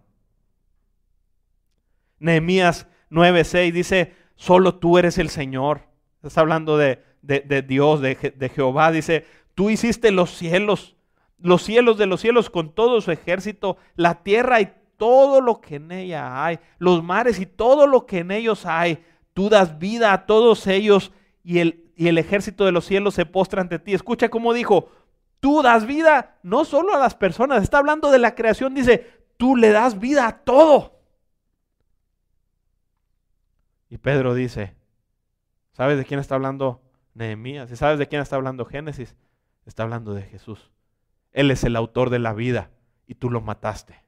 Nehemías nueve seis dice, solo tú eres el Señor. Está hablando de, de, de Dios, de, de Jehová. Dice, tú hiciste los cielos, los cielos de los cielos con todo su ejército, la tierra y todo lo que en ella hay, los mares y todo lo que en ellos hay. Tú das vida a todos ellos y el, y el ejército de los cielos se postra ante ti. Escucha cómo dijo, tú das vida no solo a las personas, está hablando de la creación, dice, tú le das vida a todo. Y Pedro dice, ¿sabes de quién está hablando Nehemías? ¿Y sabes de quién está hablando Génesis? Está hablando de Jesús. Él es el autor de la vida y tú lo mataste.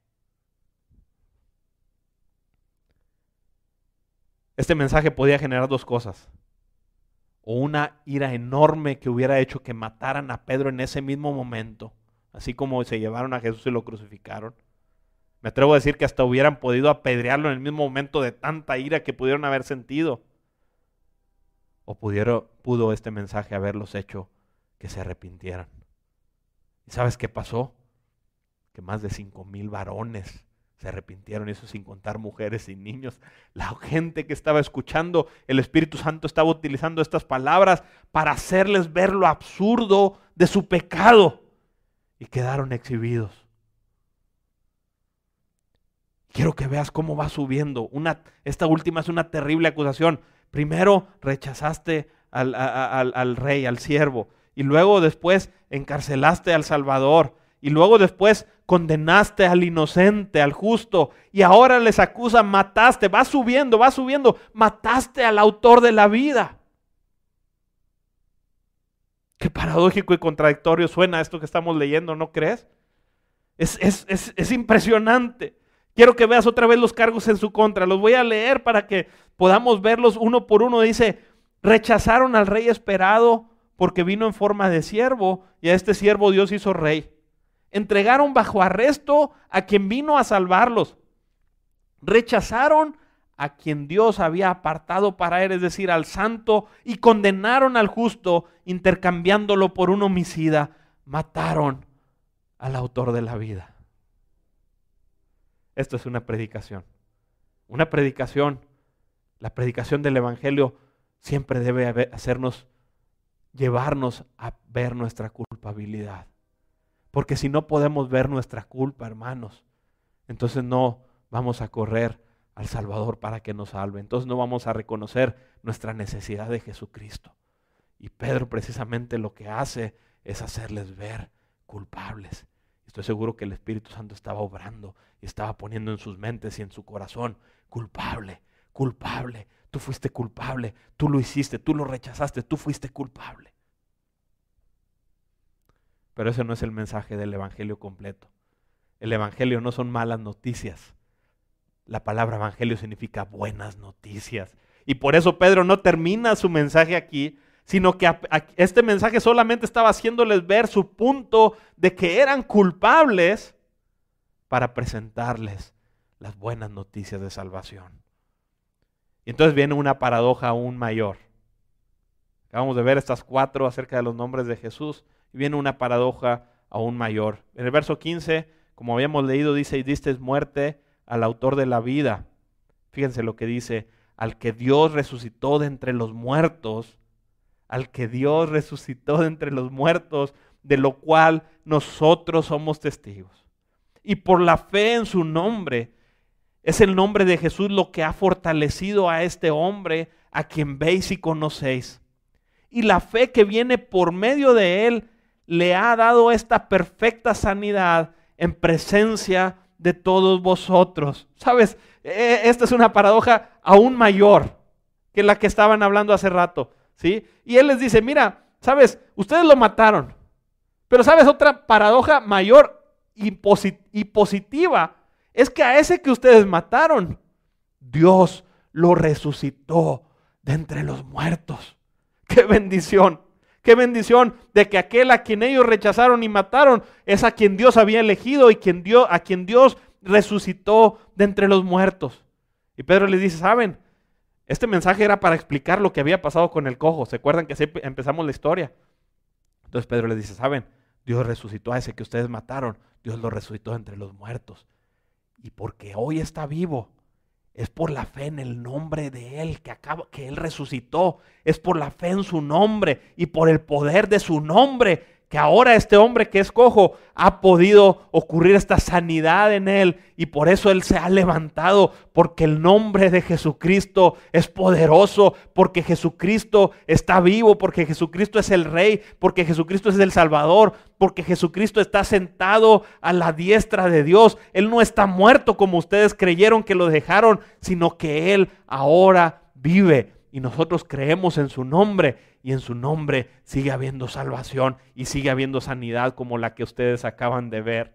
Este mensaje podía generar dos cosas. O una ira enorme que hubiera hecho que mataran a Pedro en ese mismo momento, así como se llevaron a Jesús y lo crucificaron. Me atrevo a decir que hasta hubieran podido apedrearlo en el mismo momento de tanta ira que pudieron haber sentido. O pudieron, pudo este mensaje haberlos hecho que se arrepintieran. ¿Y sabes qué pasó? Que más de cinco mil varones se arrepintieron, eso sin contar mujeres y niños. La gente que estaba escuchando, el Espíritu Santo estaba utilizando estas palabras para hacerles ver lo absurdo de su pecado. Y quedaron exhibidos. Quiero que veas cómo va subiendo. Una, esta última es una terrible acusación. Primero rechazaste al, a, al, al rey, al siervo. Y luego después encarcelaste al Salvador. Y luego después condenaste al inocente, al justo, y ahora les acusa, mataste, va subiendo, va subiendo, mataste al autor de la vida. Qué paradójico y contradictorio suena esto que estamos leyendo, ¿no crees? Es, es, es, es impresionante. Quiero que veas otra vez los cargos en su contra, los voy a leer para que podamos verlos uno por uno. Dice, rechazaron al rey esperado porque vino en forma de siervo, y a este siervo Dios hizo rey. Entregaron bajo arresto a quien vino a salvarlos. Rechazaron a quien Dios había apartado para él, es decir, al santo, y condenaron al justo, intercambiándolo por un homicida. Mataron al autor de la vida. Esto es una predicación. Una predicación, la predicación del Evangelio siempre debe hacernos, llevarnos a ver nuestra culpabilidad. Porque si no podemos ver nuestra culpa, hermanos, entonces no vamos a correr al Salvador para que nos salve. Entonces no vamos a reconocer nuestra necesidad de Jesucristo. Y Pedro precisamente lo que hace es hacerles ver culpables. Estoy seguro que el Espíritu Santo estaba obrando y estaba poniendo en sus mentes y en su corazón, culpable, culpable, tú fuiste culpable, tú lo hiciste, tú lo rechazaste, tú fuiste culpable. Pero ese no es el mensaje del Evangelio completo. El Evangelio no son malas noticias. La palabra Evangelio significa buenas noticias. Y por eso Pedro no termina su mensaje aquí, sino que a, a, este mensaje solamente estaba haciéndoles ver su punto de que eran culpables para presentarles las buenas noticias de salvación. Y entonces viene una paradoja aún mayor. Acabamos de ver estas cuatro acerca de los nombres de Jesús, y viene una paradoja aún mayor. En el verso quince, como habíamos leído, dice, y diste muerte al autor de la vida. Fíjense lo que dice, al que Dios resucitó de entre los muertos, al que Dios resucitó de entre los muertos, de lo cual nosotros somos testigos. Y por la fe en su nombre, es el nombre de Jesús lo que ha fortalecido a este hombre, a quien veis y conocéis. Y la fe que viene por medio de él, le ha dado esta perfecta sanidad en presencia de todos vosotros. ¿Sabes? Esta es una paradoja aún mayor que la que estaban hablando hace rato, ¿sí? Y él les dice, mira, ¿sabes? Ustedes lo mataron. Pero ¿sabes? Otra paradoja mayor y, posit- y positiva es que a ese que ustedes mataron, Dios lo resucitó de entre los muertos. ¡Qué bendición! ¡Qué bendición de que aquel a quien ellos rechazaron y mataron es a quien Dios había elegido y quien Dios, a quien Dios resucitó de entre los muertos! Y Pedro les dice, ¿saben? Este mensaje era para explicar lo que había pasado con el cojo. ¿Se acuerdan que así empezamos la historia? Entonces Pedro les dice, ¿saben? Dios resucitó a ese que ustedes mataron. Dios lo resucitó de entre los muertos. Y porque hoy está vivo, es por la fe en el nombre de Él que, acaba, que Él resucitó. Es por la fe en su nombre y por el poder de su nombre que ahora este hombre que es cojo ha podido ocurrir esta sanidad en él. Y por eso él se ha levantado, porque el nombre de Jesucristo es poderoso, porque Jesucristo está vivo, porque Jesucristo es el Rey, porque Jesucristo es el Salvador, porque Jesucristo está sentado a la diestra de Dios. Él no está muerto como ustedes creyeron que lo dejaron, sino que Él ahora vive. Y nosotros creemos en su nombre, y en su nombre sigue habiendo salvación y sigue habiendo sanidad como la que ustedes acaban de ver.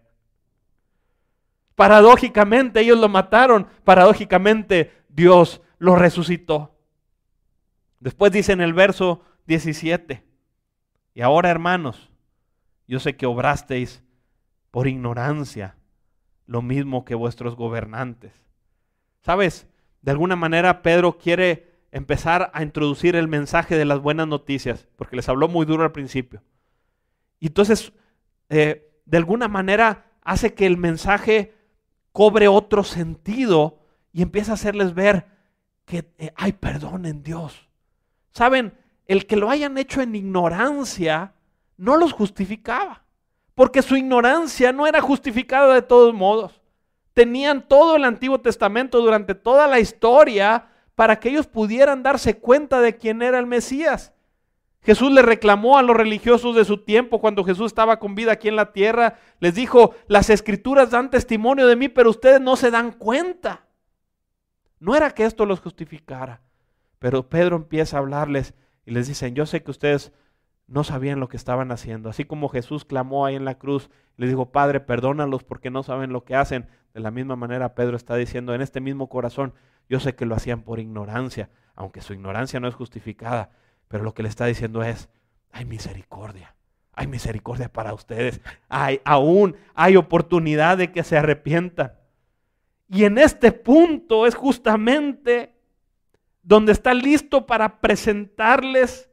Paradójicamente ellos lo mataron, paradójicamente Dios lo resucitó. Después dice en el verso diecisiete, y ahora, hermanos, yo sé que obrasteis por ignorancia, lo mismo que vuestros gobernantes. ¿Sabes? De alguna manera Pedro quiere empezar a introducir el mensaje de las buenas noticias, porque les habló muy duro al principio. Y entonces, eh, de alguna manera, hace que el mensaje cobre otro sentido y empieza a hacerles ver que eh, hay perdón en Dios. ¿Saben? El que lo hayan hecho en ignorancia no los justificaba, porque su ignorancia no era justificada de todos modos. Tenían todo el Antiguo Testamento durante toda la historia para que ellos pudieran darse cuenta de quién era el Mesías. Jesús le reclamó a los religiosos de su tiempo cuando Jesús estaba con vida aquí en la tierra. Les dijo, las Escrituras dan testimonio de mí, pero ustedes no se dan cuenta. No era que esto los justificara, pero Pedro empieza a hablarles y les dicen, yo sé que ustedes no sabían lo que estaban haciendo. Así como Jesús clamó ahí en la cruz, les dijo, Padre, perdónalos porque no saben lo que hacen. De la misma manera Pedro está diciendo, en este mismo corazón, yo sé que lo hacían por ignorancia, aunque su ignorancia no es justificada, pero lo que le está diciendo es, hay misericordia, hay misericordia para ustedes, hay, aún hay oportunidad de que se arrepientan. Y en este punto es justamente donde está listo para presentarles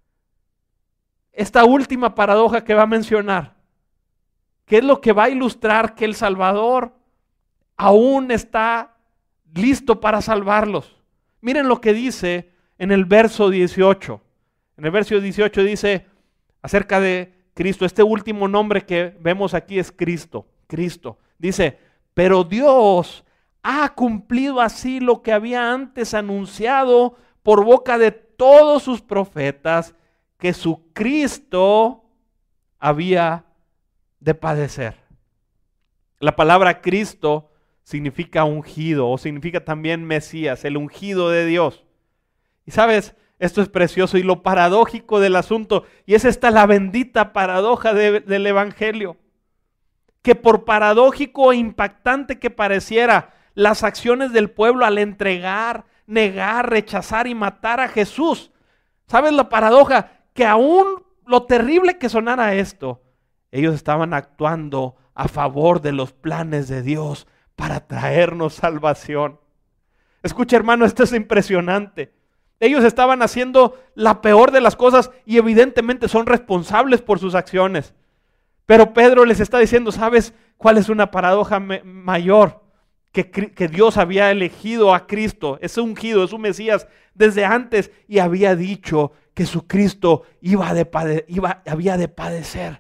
esta última paradoja que va a mencionar, que es lo que va a ilustrar que el Salvador aún está listo para salvarlos. Miren lo que dice en el verso dieciocho. En el verso dieciocho dice acerca de Cristo, este último nombre que vemos aquí es Cristo, Cristo. Dice, pero Dios ha cumplido así lo que había antes anunciado por boca de todos sus profetas, que su Cristo había de padecer. La palabra Cristo significa ungido o significa también Mesías, el ungido de Dios. Y sabes, esto es precioso y lo paradójico del asunto, y es esta la bendita paradoja de, del Evangelio, que por paradójico e impactante que pareciera, las acciones del pueblo al entregar, negar, rechazar y matar a Jesús, ¿sabes la paradoja? Que aún lo terrible que sonara esto, ellos estaban actuando a favor de los planes de Dios para traernos salvación. Escucha, hermano, esto es impresionante. Ellos estaban haciendo la peor de las cosas y evidentemente son responsables por sus acciones. Pero Pedro les está diciendo, ¿sabes cuál es una paradoja mayor? Que, que Dios había elegido a Cristo, es ungido, es un Mesías desde antes y había dicho que su Cristo iba de pade- iba, había de padecer.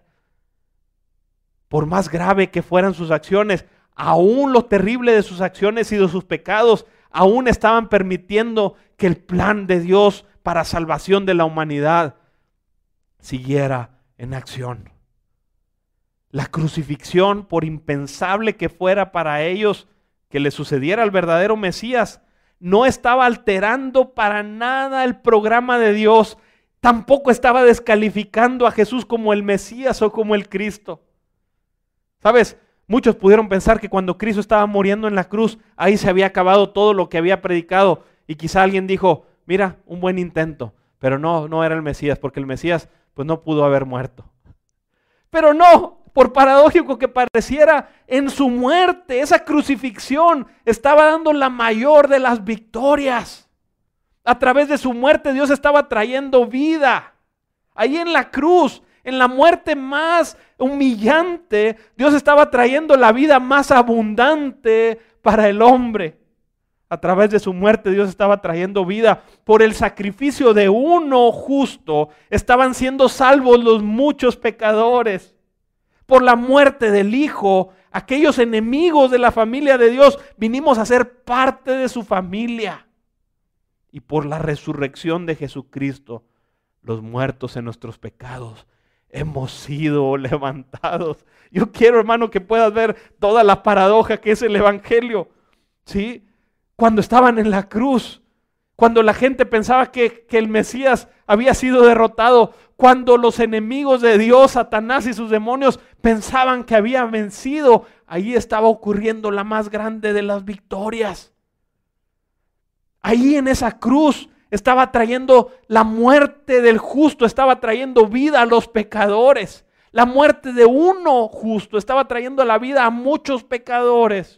Por más grave que fueran sus acciones, aún lo terrible de sus acciones y de sus pecados, aún estaban permitiendo que el plan de Dios para salvación de la humanidad siguiera en acción. La crucifixión, por impensable que fuera para ellos que le sucediera al verdadero Mesías, no estaba alterando para nada el programa de Dios, tampoco estaba descalificando a Jesús como el Mesías o como el Cristo. ¿Sabes? Muchos pudieron pensar que cuando Cristo estaba muriendo en la cruz, ahí se había acabado todo lo que había predicado. Y quizá alguien dijo, mira, un buen intento. Pero no, no era el Mesías, porque el Mesías pues no pudo haber muerto. Pero no, por paradójico que pareciera, en su muerte, esa crucifixión estaba dando la mayor de las victorias. A través de su muerte Dios estaba trayendo vida. Ahí en la cruz, en la muerte más humillante, Dios estaba trayendo la vida más abundante para el hombre. A través de su muerte Dios estaba trayendo vida. Por el sacrificio de uno justo estaban siendo salvos los muchos pecadores. Por la muerte del Hijo, aquellos enemigos de la familia de Dios, vinimos a ser parte de su familia. Y por la resurrección de Jesucristo, los muertos en nuestros pecados, hemos sido levantados. Yo quiero, hermano, que puedas ver toda la paradoja que es el Evangelio. ¿Sí? Cuando estaban en la cruz, cuando la gente pensaba que, que el Mesías había sido derrotado, cuando los enemigos de Dios, Satanás y sus demonios pensaban que había vencido, ahí estaba ocurriendo la más grande de las victorias. Ahí en esa cruz estaba trayendo la muerte del justo, estaba trayendo vida a los pecadores. La muerte de uno justo estaba trayendo la vida a muchos pecadores.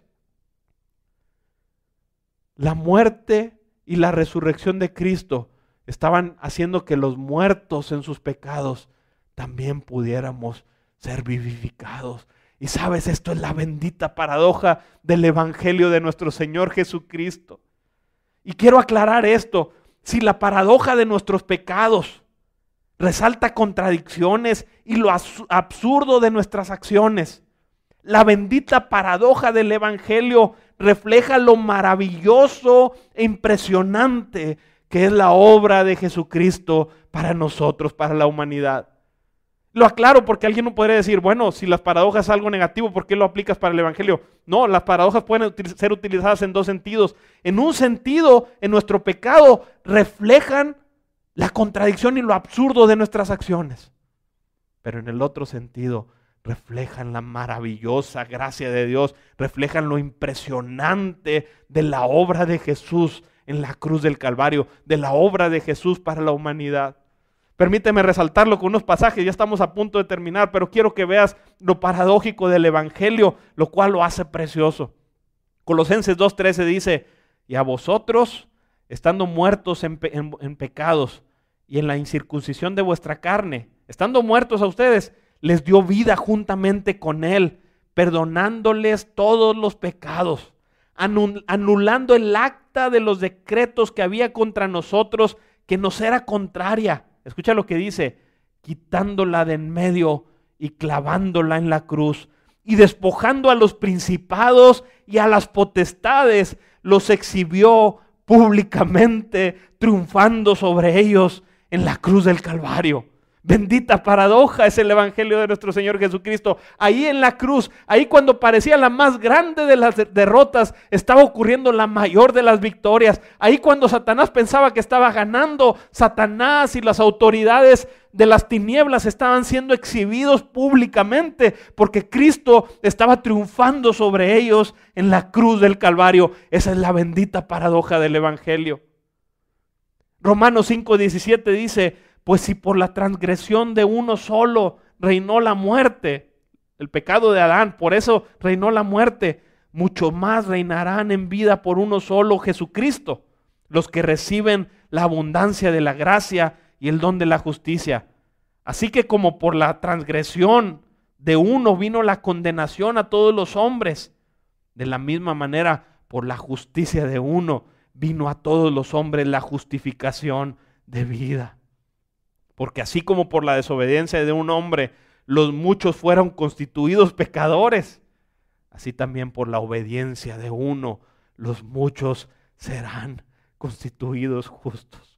La muerte y la resurrección de Cristo estaban haciendo que los muertos en sus pecados también pudiéramos ser vivificados. Y sabes, esto es la bendita paradoja del Evangelio de nuestro Señor Jesucristo. Y quiero aclarar esto. Si la paradoja de nuestros pecados resalta contradicciones y lo absurdo de nuestras acciones, la bendita paradoja del Evangelio refleja lo maravilloso e impresionante que es la obra de Jesucristo para nosotros, para la humanidad. Lo aclaro porque alguien no podría decir, bueno, si las paradojas es algo negativo, ¿por qué lo aplicas para el Evangelio? No, las paradojas pueden util- ser utilizadas en dos sentidos. En un sentido, en nuestro pecado, reflejan la contradicción y lo absurdo de nuestras acciones. Pero en el otro sentido, reflejan la maravillosa gracia de Dios, reflejan lo impresionante de la obra de Jesús en la cruz del Calvario, de la obra de Jesús para la humanidad. Permíteme resaltarlo con unos pasajes, ya estamos a punto de terminar, pero quiero que veas lo paradójico del Evangelio, lo cual lo hace precioso. Colosenses dos trece dice, y a vosotros, estando muertos en, pe- en, en pecados y en la incircuncisión de vuestra carne, estando muertos a ustedes, les dio vida juntamente con Él, perdonándoles todos los pecados, anul- anulando el acta de los decretos que había contra nosotros, que nos era contraria. Escucha lo que dice, quitándola de en medio y clavándola en la cruz y despojando a los principados y a las potestades, los exhibió públicamente, triunfando sobre ellos en la cruz del Calvario. Bendita paradoja es el evangelio de nuestro Señor Jesucristo. Ahí en la cruz, ahí cuando parecía la más grande de las derrotas, estaba ocurriendo la mayor de las victorias. Ahí cuando Satanás pensaba que estaba ganando, Satanás y las autoridades de las tinieblas estaban siendo exhibidos públicamente porque Cristo estaba triunfando sobre ellos en la cruz del Calvario. Esa es la bendita paradoja del evangelio. Romanos cinco diecisiete dice: pues si por la transgresión de uno solo reinó la muerte, el pecado de Adán, por eso reinó la muerte, mucho más reinarán en vida por uno solo, Jesucristo, los que reciben la abundancia de la gracia y el don de la justicia. Así que como por la transgresión de uno vino la condenación a todos los hombres, de la misma manera por la justicia de uno vino a todos los hombres la justificación de vida. Porque así como por la desobediencia de un hombre los muchos fueron constituidos pecadores, así también por la obediencia de uno los muchos serán constituidos justos.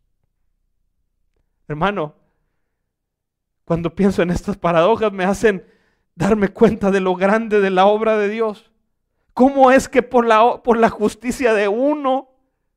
Hermano, cuando pienso en estas paradojas me hacen darme cuenta de lo grande de la obra de Dios. ¿Cómo es que por la, por la justicia de uno,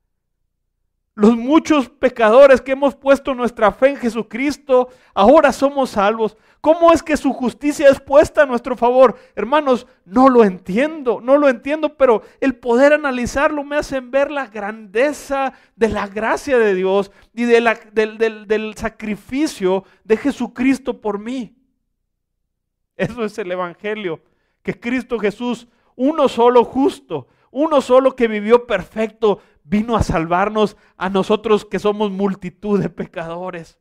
los muchos pecadores que hemos puesto nuestra fe en Jesucristo, ahora somos salvos? ¿Cómo es que su justicia es puesta a nuestro favor? Hermanos, no lo entiendo, no lo entiendo, pero el poder analizarlo me hace ver la grandeza de la gracia de Dios y de la, del, del, del sacrificio de Jesucristo por mí. Eso es el evangelio, que Cristo Jesús, uno solo justo, uno solo que vivió perfecto, vino a salvarnos a nosotros que somos multitud de pecadores.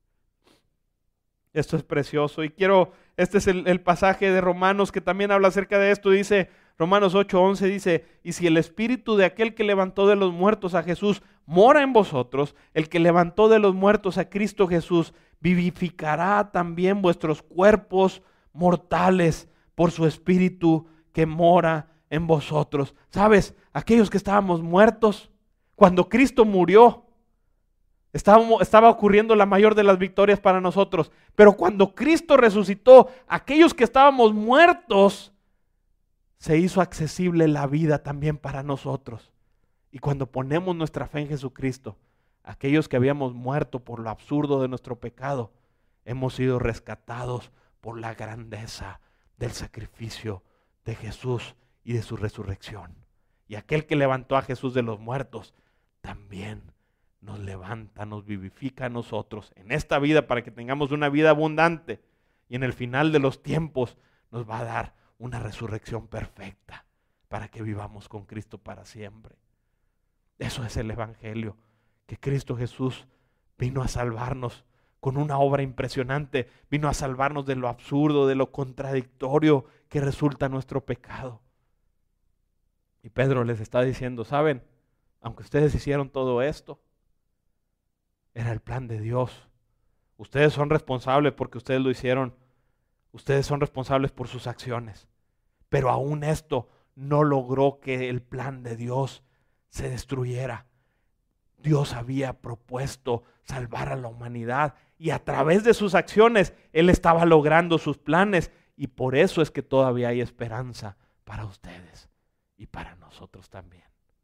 Esto es precioso y quiero, este es el, el pasaje de Romanos que también habla acerca de esto. Dice Romanos ocho once, dice: y si el espíritu de aquel que levantó de los muertos a Jesús mora en vosotros, el que levantó de los muertos a Cristo Jesús vivificará también vuestros cuerpos mortales por su espíritu que mora en vosotros. ¿Sabes? Aquellos que estábamos muertos, cuando Cristo murió, estaba, estaba ocurriendo la mayor de las victorias para nosotros. Pero cuando Cristo resucitó, aquellos que estábamos muertos, se hizo accesible la vida también para nosotros. Y cuando ponemos nuestra fe en Jesucristo, aquellos que habíamos muerto por lo absurdo de nuestro pecado, hemos sido rescatados por la grandeza del sacrificio de Jesús y de su resurrección. Y aquel que levantó a Jesús de los muertos también nos levanta, nos vivifica a nosotros en esta vida para que tengamos una vida abundante, y en el final de los tiempos nos va a dar una resurrección perfecta para que vivamos con Cristo para siempre. Eso es el evangelio, que Cristo Jesús vino a salvarnos con una obra impresionante, vino a salvarnos de lo absurdo, de lo contradictorio que resulta nuestro pecado. Y Pedro les está diciendo: ¿saben? Aunque ustedes hicieron todo esto, era el plan de Dios. Ustedes son responsables porque ustedes lo hicieron. Ustedes son responsables por sus acciones. Pero aún esto no logró que el plan de Dios se destruyera. Dios había propuesto salvar a la humanidad y a través de sus acciones Él estaba logrando sus planes, y por eso es que todavía hay esperanza para ustedes y para nosotros también.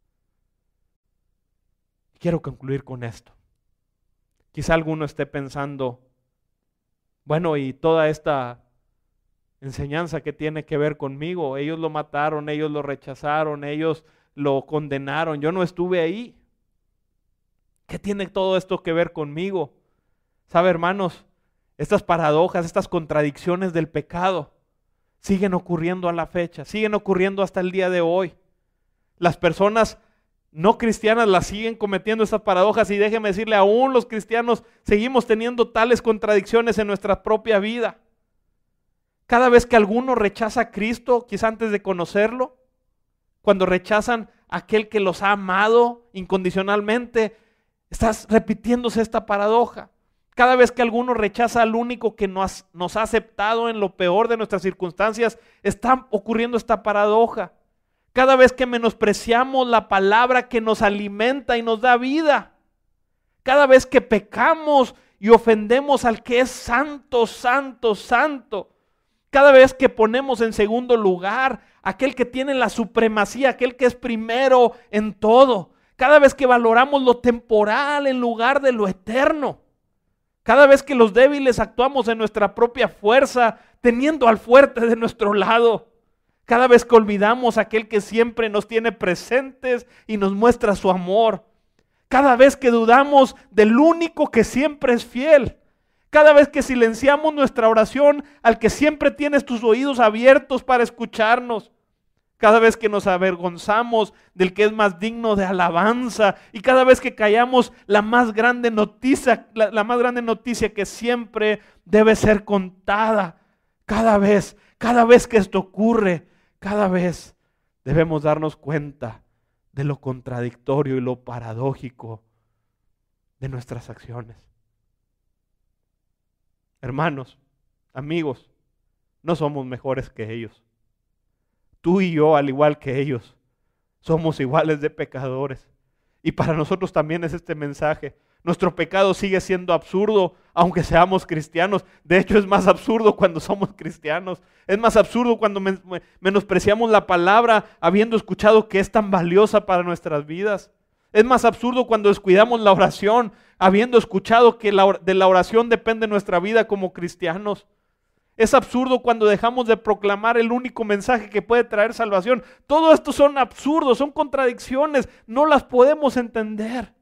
Quiero concluir con esto. Quizá alguno esté pensando: bueno, y toda esta enseñanza que tiene que ver conmigo, ellos lo mataron, ellos lo rechazaron, ellos lo condenaron, yo no estuve ahí. ¿Qué tiene todo esto que ver conmigo? ¿Sabe, hermanos? Estas paradojas, estas contradicciones del pecado siguen ocurriendo a la fecha, siguen ocurriendo hasta el día de hoy. Las personas no cristianas las siguen cometiendo estas paradojas, y déjeme decirle, aún los cristianos seguimos teniendo tales contradicciones en nuestra propia vida. Cada vez que alguno rechaza a Cristo, quizá antes de conocerlo, cuando rechazan a aquel que los ha amado incondicionalmente, estás repitiéndose esta paradoja. Cada vez que alguno rechaza al único que nos, nos ha aceptado en lo peor de nuestras circunstancias, está ocurriendo esta paradoja. Cada vez que menospreciamos la palabra que nos alimenta y nos da vida, cada vez que pecamos y ofendemos al que es santo, santo, santo. Cada vez que ponemos en segundo lugar aquel que tiene la supremacía, aquel que es primero en todo. Cada vez que valoramos lo temporal en lugar de lo eterno. Cada vez que los débiles actuamos en nuestra propia fuerza, teniendo al fuerte de nuestro lado. Cada vez que olvidamos a aquel que siempre nos tiene presentes y nos muestra su amor. Cada vez que dudamos del único que siempre es fiel. Cada vez que silenciamos nuestra oración al que siempre tienes tus oídos abiertos para escucharnos. Cada vez que nos avergonzamos del que es más digno de alabanza. Y cada vez que callamos la más grande noticia, la, la más grande noticia que siempre debe ser contada. Cada vez, cada vez que esto ocurre, cada vez debemos darnos cuenta de lo contradictorio y lo paradójico de nuestras acciones. Hermanos, amigos, no somos mejores que ellos. Tú y yo, al igual que ellos, somos iguales de pecadores. Y para nosotros también es este mensaje. Nuestro pecado sigue siendo absurdo, aunque seamos cristianos. De hecho, es más absurdo cuando somos cristianos. Es más absurdo cuando men- menospreciamos la palabra, habiendo escuchado que es tan valiosa para nuestras vidas. Es más absurdo cuando descuidamos la oración, habiendo escuchado que la, de la oración depende nuestra vida como cristianos. Es absurdo cuando dejamos de proclamar el único mensaje que puede traer salvación. Todo esto son absurdos, son contradicciones, no las podemos entender.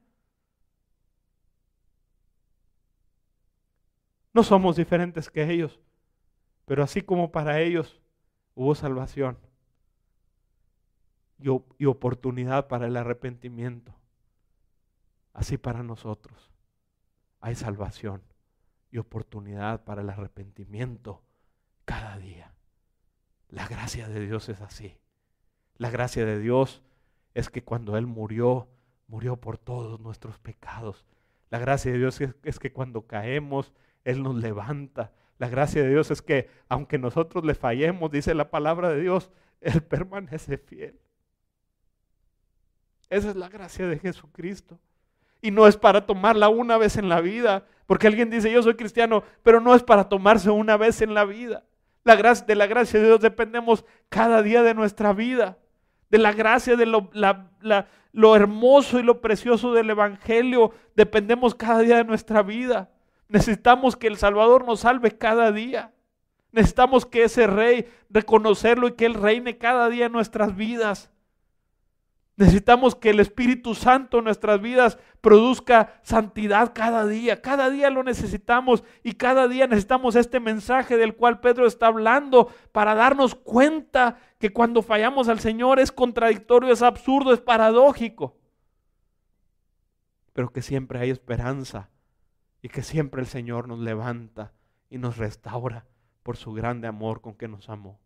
No somos diferentes que ellos, pero así como para ellos hubo salvación y, y oportunidad para el arrepentimiento, así para nosotros hay salvación y oportunidad para el arrepentimiento cada día. La gracia de Dios es así. La gracia de Dios es que cuando Él murió, murió por todos nuestros pecados. La gracia de Dios es, es que cuando caemos, Él nos levanta. La gracia de Dios es que aunque nosotros le fallemos, dice la palabra de Dios, Él permanece fiel. Esa es la gracia de Jesucristo. Y no es para tomarla una vez en la vida, porque alguien dice, yo soy cristiano, pero no es para tomarse una vez en la vida. La gracia, de la gracia de Dios dependemos cada día de nuestra vida. De la gracia, de lo, la, la, lo hermoso y lo precioso del Evangelio, dependemos cada día de nuestra vida. Necesitamos que el Salvador nos salve cada día. Necesitamos que ese Rey, reconocerlo y que Él reine cada día en nuestras vidas. Necesitamos que el Espíritu Santo en nuestras vidas produzca santidad cada día. Cada día lo necesitamos y cada día necesitamos este mensaje del cual Pedro está hablando para darnos cuenta que cuando fallamos al Señor es contradictorio, es absurdo, es paradójico. Pero que siempre hay esperanza y que siempre el Señor nos levanta y nos restaura por su grande amor con que nos amó.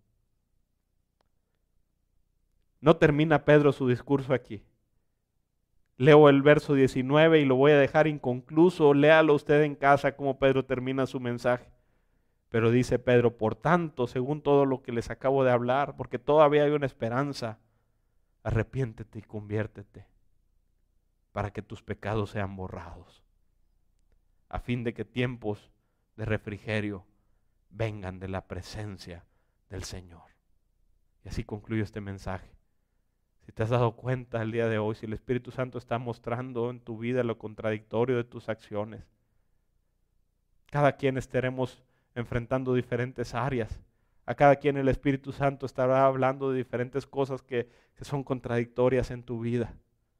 No termina Pedro su discurso aquí. Leo el verso diecinueve y lo voy a dejar inconcluso. Léalo usted en casa como Pedro termina su mensaje. Pero dice Pedro, por tanto, según todo lo que les acabo de hablar, porque todavía hay una esperanza, arrepiéntete y conviértete para que tus pecados sean borrados, a fin de que tiempos de refrigerio vengan de la presencia del Señor. Y así concluyo este mensaje. Si te has dado cuenta el día de hoy, si el Espíritu Santo está mostrando en tu vida lo contradictorio de tus acciones, cada quien estaremos enfrentando diferentes áreas. A cada quien el Espíritu Santo estará hablando de diferentes cosas que, que son contradictorias en tu vida.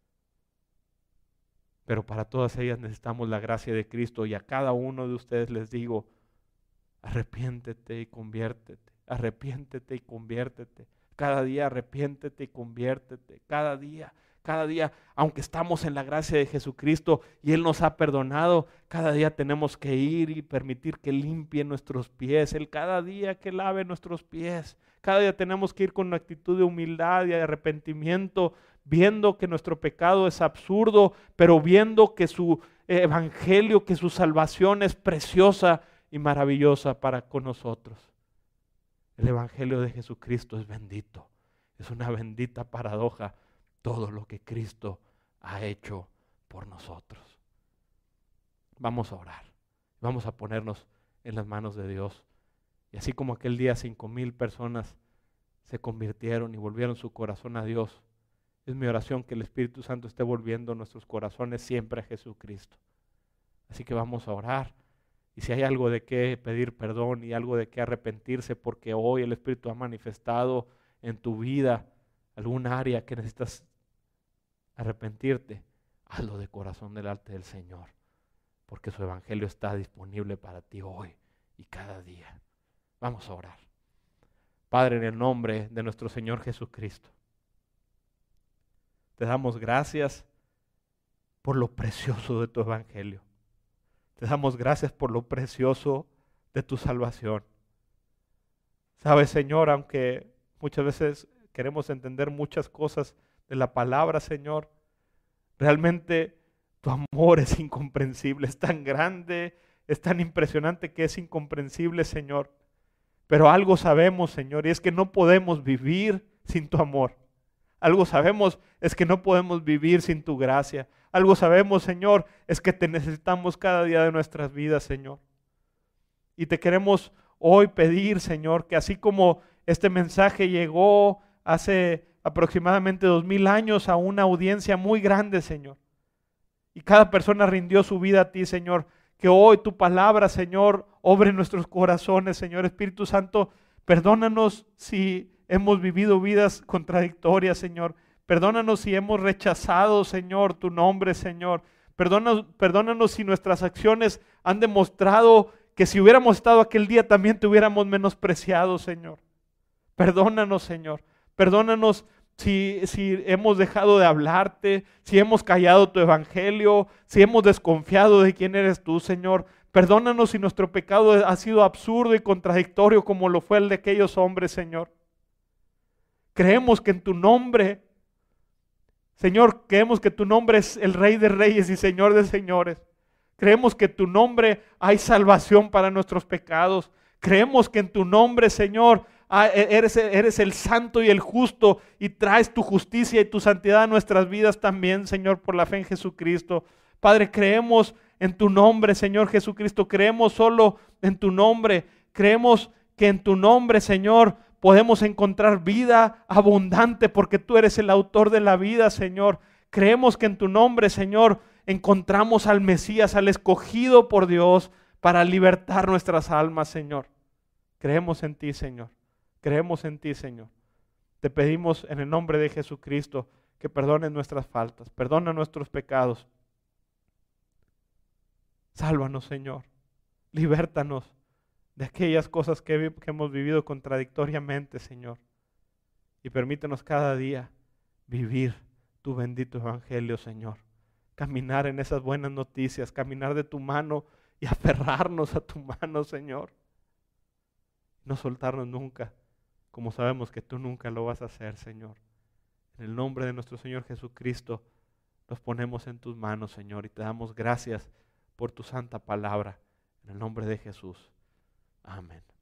Pero para todas ellas necesitamos la gracia de Cristo y a cada uno de ustedes les digo, arrepiéntete y conviértete, arrepiéntete y conviértete. Cada día arrepiéntete y conviértete, cada día, cada día, aunque estamos en la gracia de Jesucristo y Él nos ha perdonado, cada día tenemos que ir y permitir que limpie nuestros pies, Él cada día que lave nuestros pies, cada día tenemos que ir con una actitud de humildad y de arrepentimiento, viendo que nuestro pecado es absurdo, pero viendo que su evangelio, que su salvación es preciosa y maravillosa para con nosotros. El Evangelio de Jesucristo es bendito. Es una bendita paradoja todo lo que Cristo ha hecho por nosotros. Vamos a orar. Vamos a ponernos en las manos de Dios. Y así como aquel día cinco mil personas se convirtieron y volvieron su corazón a Dios, es mi oración que el Espíritu Santo esté volviendo nuestros corazones siempre a Jesucristo. Así que vamos a orar. Y si hay algo de qué pedir perdón y algo de qué arrepentirse, porque hoy el Espíritu ha manifestado en tu vida algún área que necesitas arrepentirte, hazlo de corazón delante del Señor, porque su evangelio está disponible para ti hoy y cada día. Vamos a orar. Padre, en el nombre de nuestro Señor Jesucristo, te damos gracias por lo precioso de tu evangelio. Te damos gracias por lo precioso de tu salvación. Sabes, Señor, aunque muchas veces queremos entender muchas cosas de la palabra, Señor, realmente tu amor es incomprensible, es tan grande, es tan impresionante que es incomprensible, Señor. Pero algo sabemos, Señor, y es que no podemos vivir sin tu amor. Algo sabemos es que no podemos vivir sin tu gracia. Algo sabemos, Señor, es que te necesitamos cada día de nuestras vidas, Señor. Y te queremos hoy pedir, Señor, que así como este mensaje llegó hace aproximadamente dos mil años a una audiencia muy grande, Señor, y cada persona rindió su vida a ti, Señor, que hoy tu palabra, Señor, obre en nuestros corazones, Señor. Espíritu Santo, perdónanos si hemos vivido vidas contradictorias, Señor. Perdónanos si hemos rechazado, Señor, tu nombre, Señor. Perdónanos, perdónanos si nuestras acciones han demostrado que si hubiéramos estado aquel día también te hubiéramos menospreciado, Señor. Perdónanos, Señor. Perdónanos si, si hemos dejado de hablarte, si hemos callado tu evangelio, si hemos desconfiado de quién eres tú, Señor. Perdónanos si nuestro pecado ha sido absurdo y contradictorio como lo fue el de aquellos hombres, Señor. Creemos que en tu nombre, Señor, creemos que tu nombre es el Rey de Reyes y Señor de Señores. Creemos que en tu nombre hay salvación para nuestros pecados. Creemos que en tu nombre, Señor, eres, eres el santo y el justo y traes tu justicia y tu santidad a nuestras vidas también, Señor, por la fe en Jesucristo. Padre, creemos en tu nombre, Señor Jesucristo. Creemos solo en tu nombre. Creemos que en tu nombre, Señor, podemos encontrar vida abundante porque tú eres el autor de la vida, Señor. Creemos que en tu nombre, Señor, encontramos al Mesías, al escogido por Dios para libertar nuestras almas, Señor. Creemos en ti, Señor. Creemos en ti, Señor. Te pedimos en el nombre de Jesucristo que perdones nuestras faltas, perdona nuestros pecados. Sálvanos, Señor. Libértanos de aquellas cosas que, que hemos vivido contradictoriamente, Señor. Y permítenos cada día vivir tu bendito evangelio, Señor. Caminar en esas buenas noticias, caminar de tu mano y aferrarnos a tu mano, Señor. No soltarnos nunca, como sabemos que tú nunca lo vas a hacer, Señor. En el nombre de nuestro Señor Jesucristo, nos ponemos en tus manos, Señor, y te damos gracias por tu santa palabra. En el nombre de Jesús. Amén.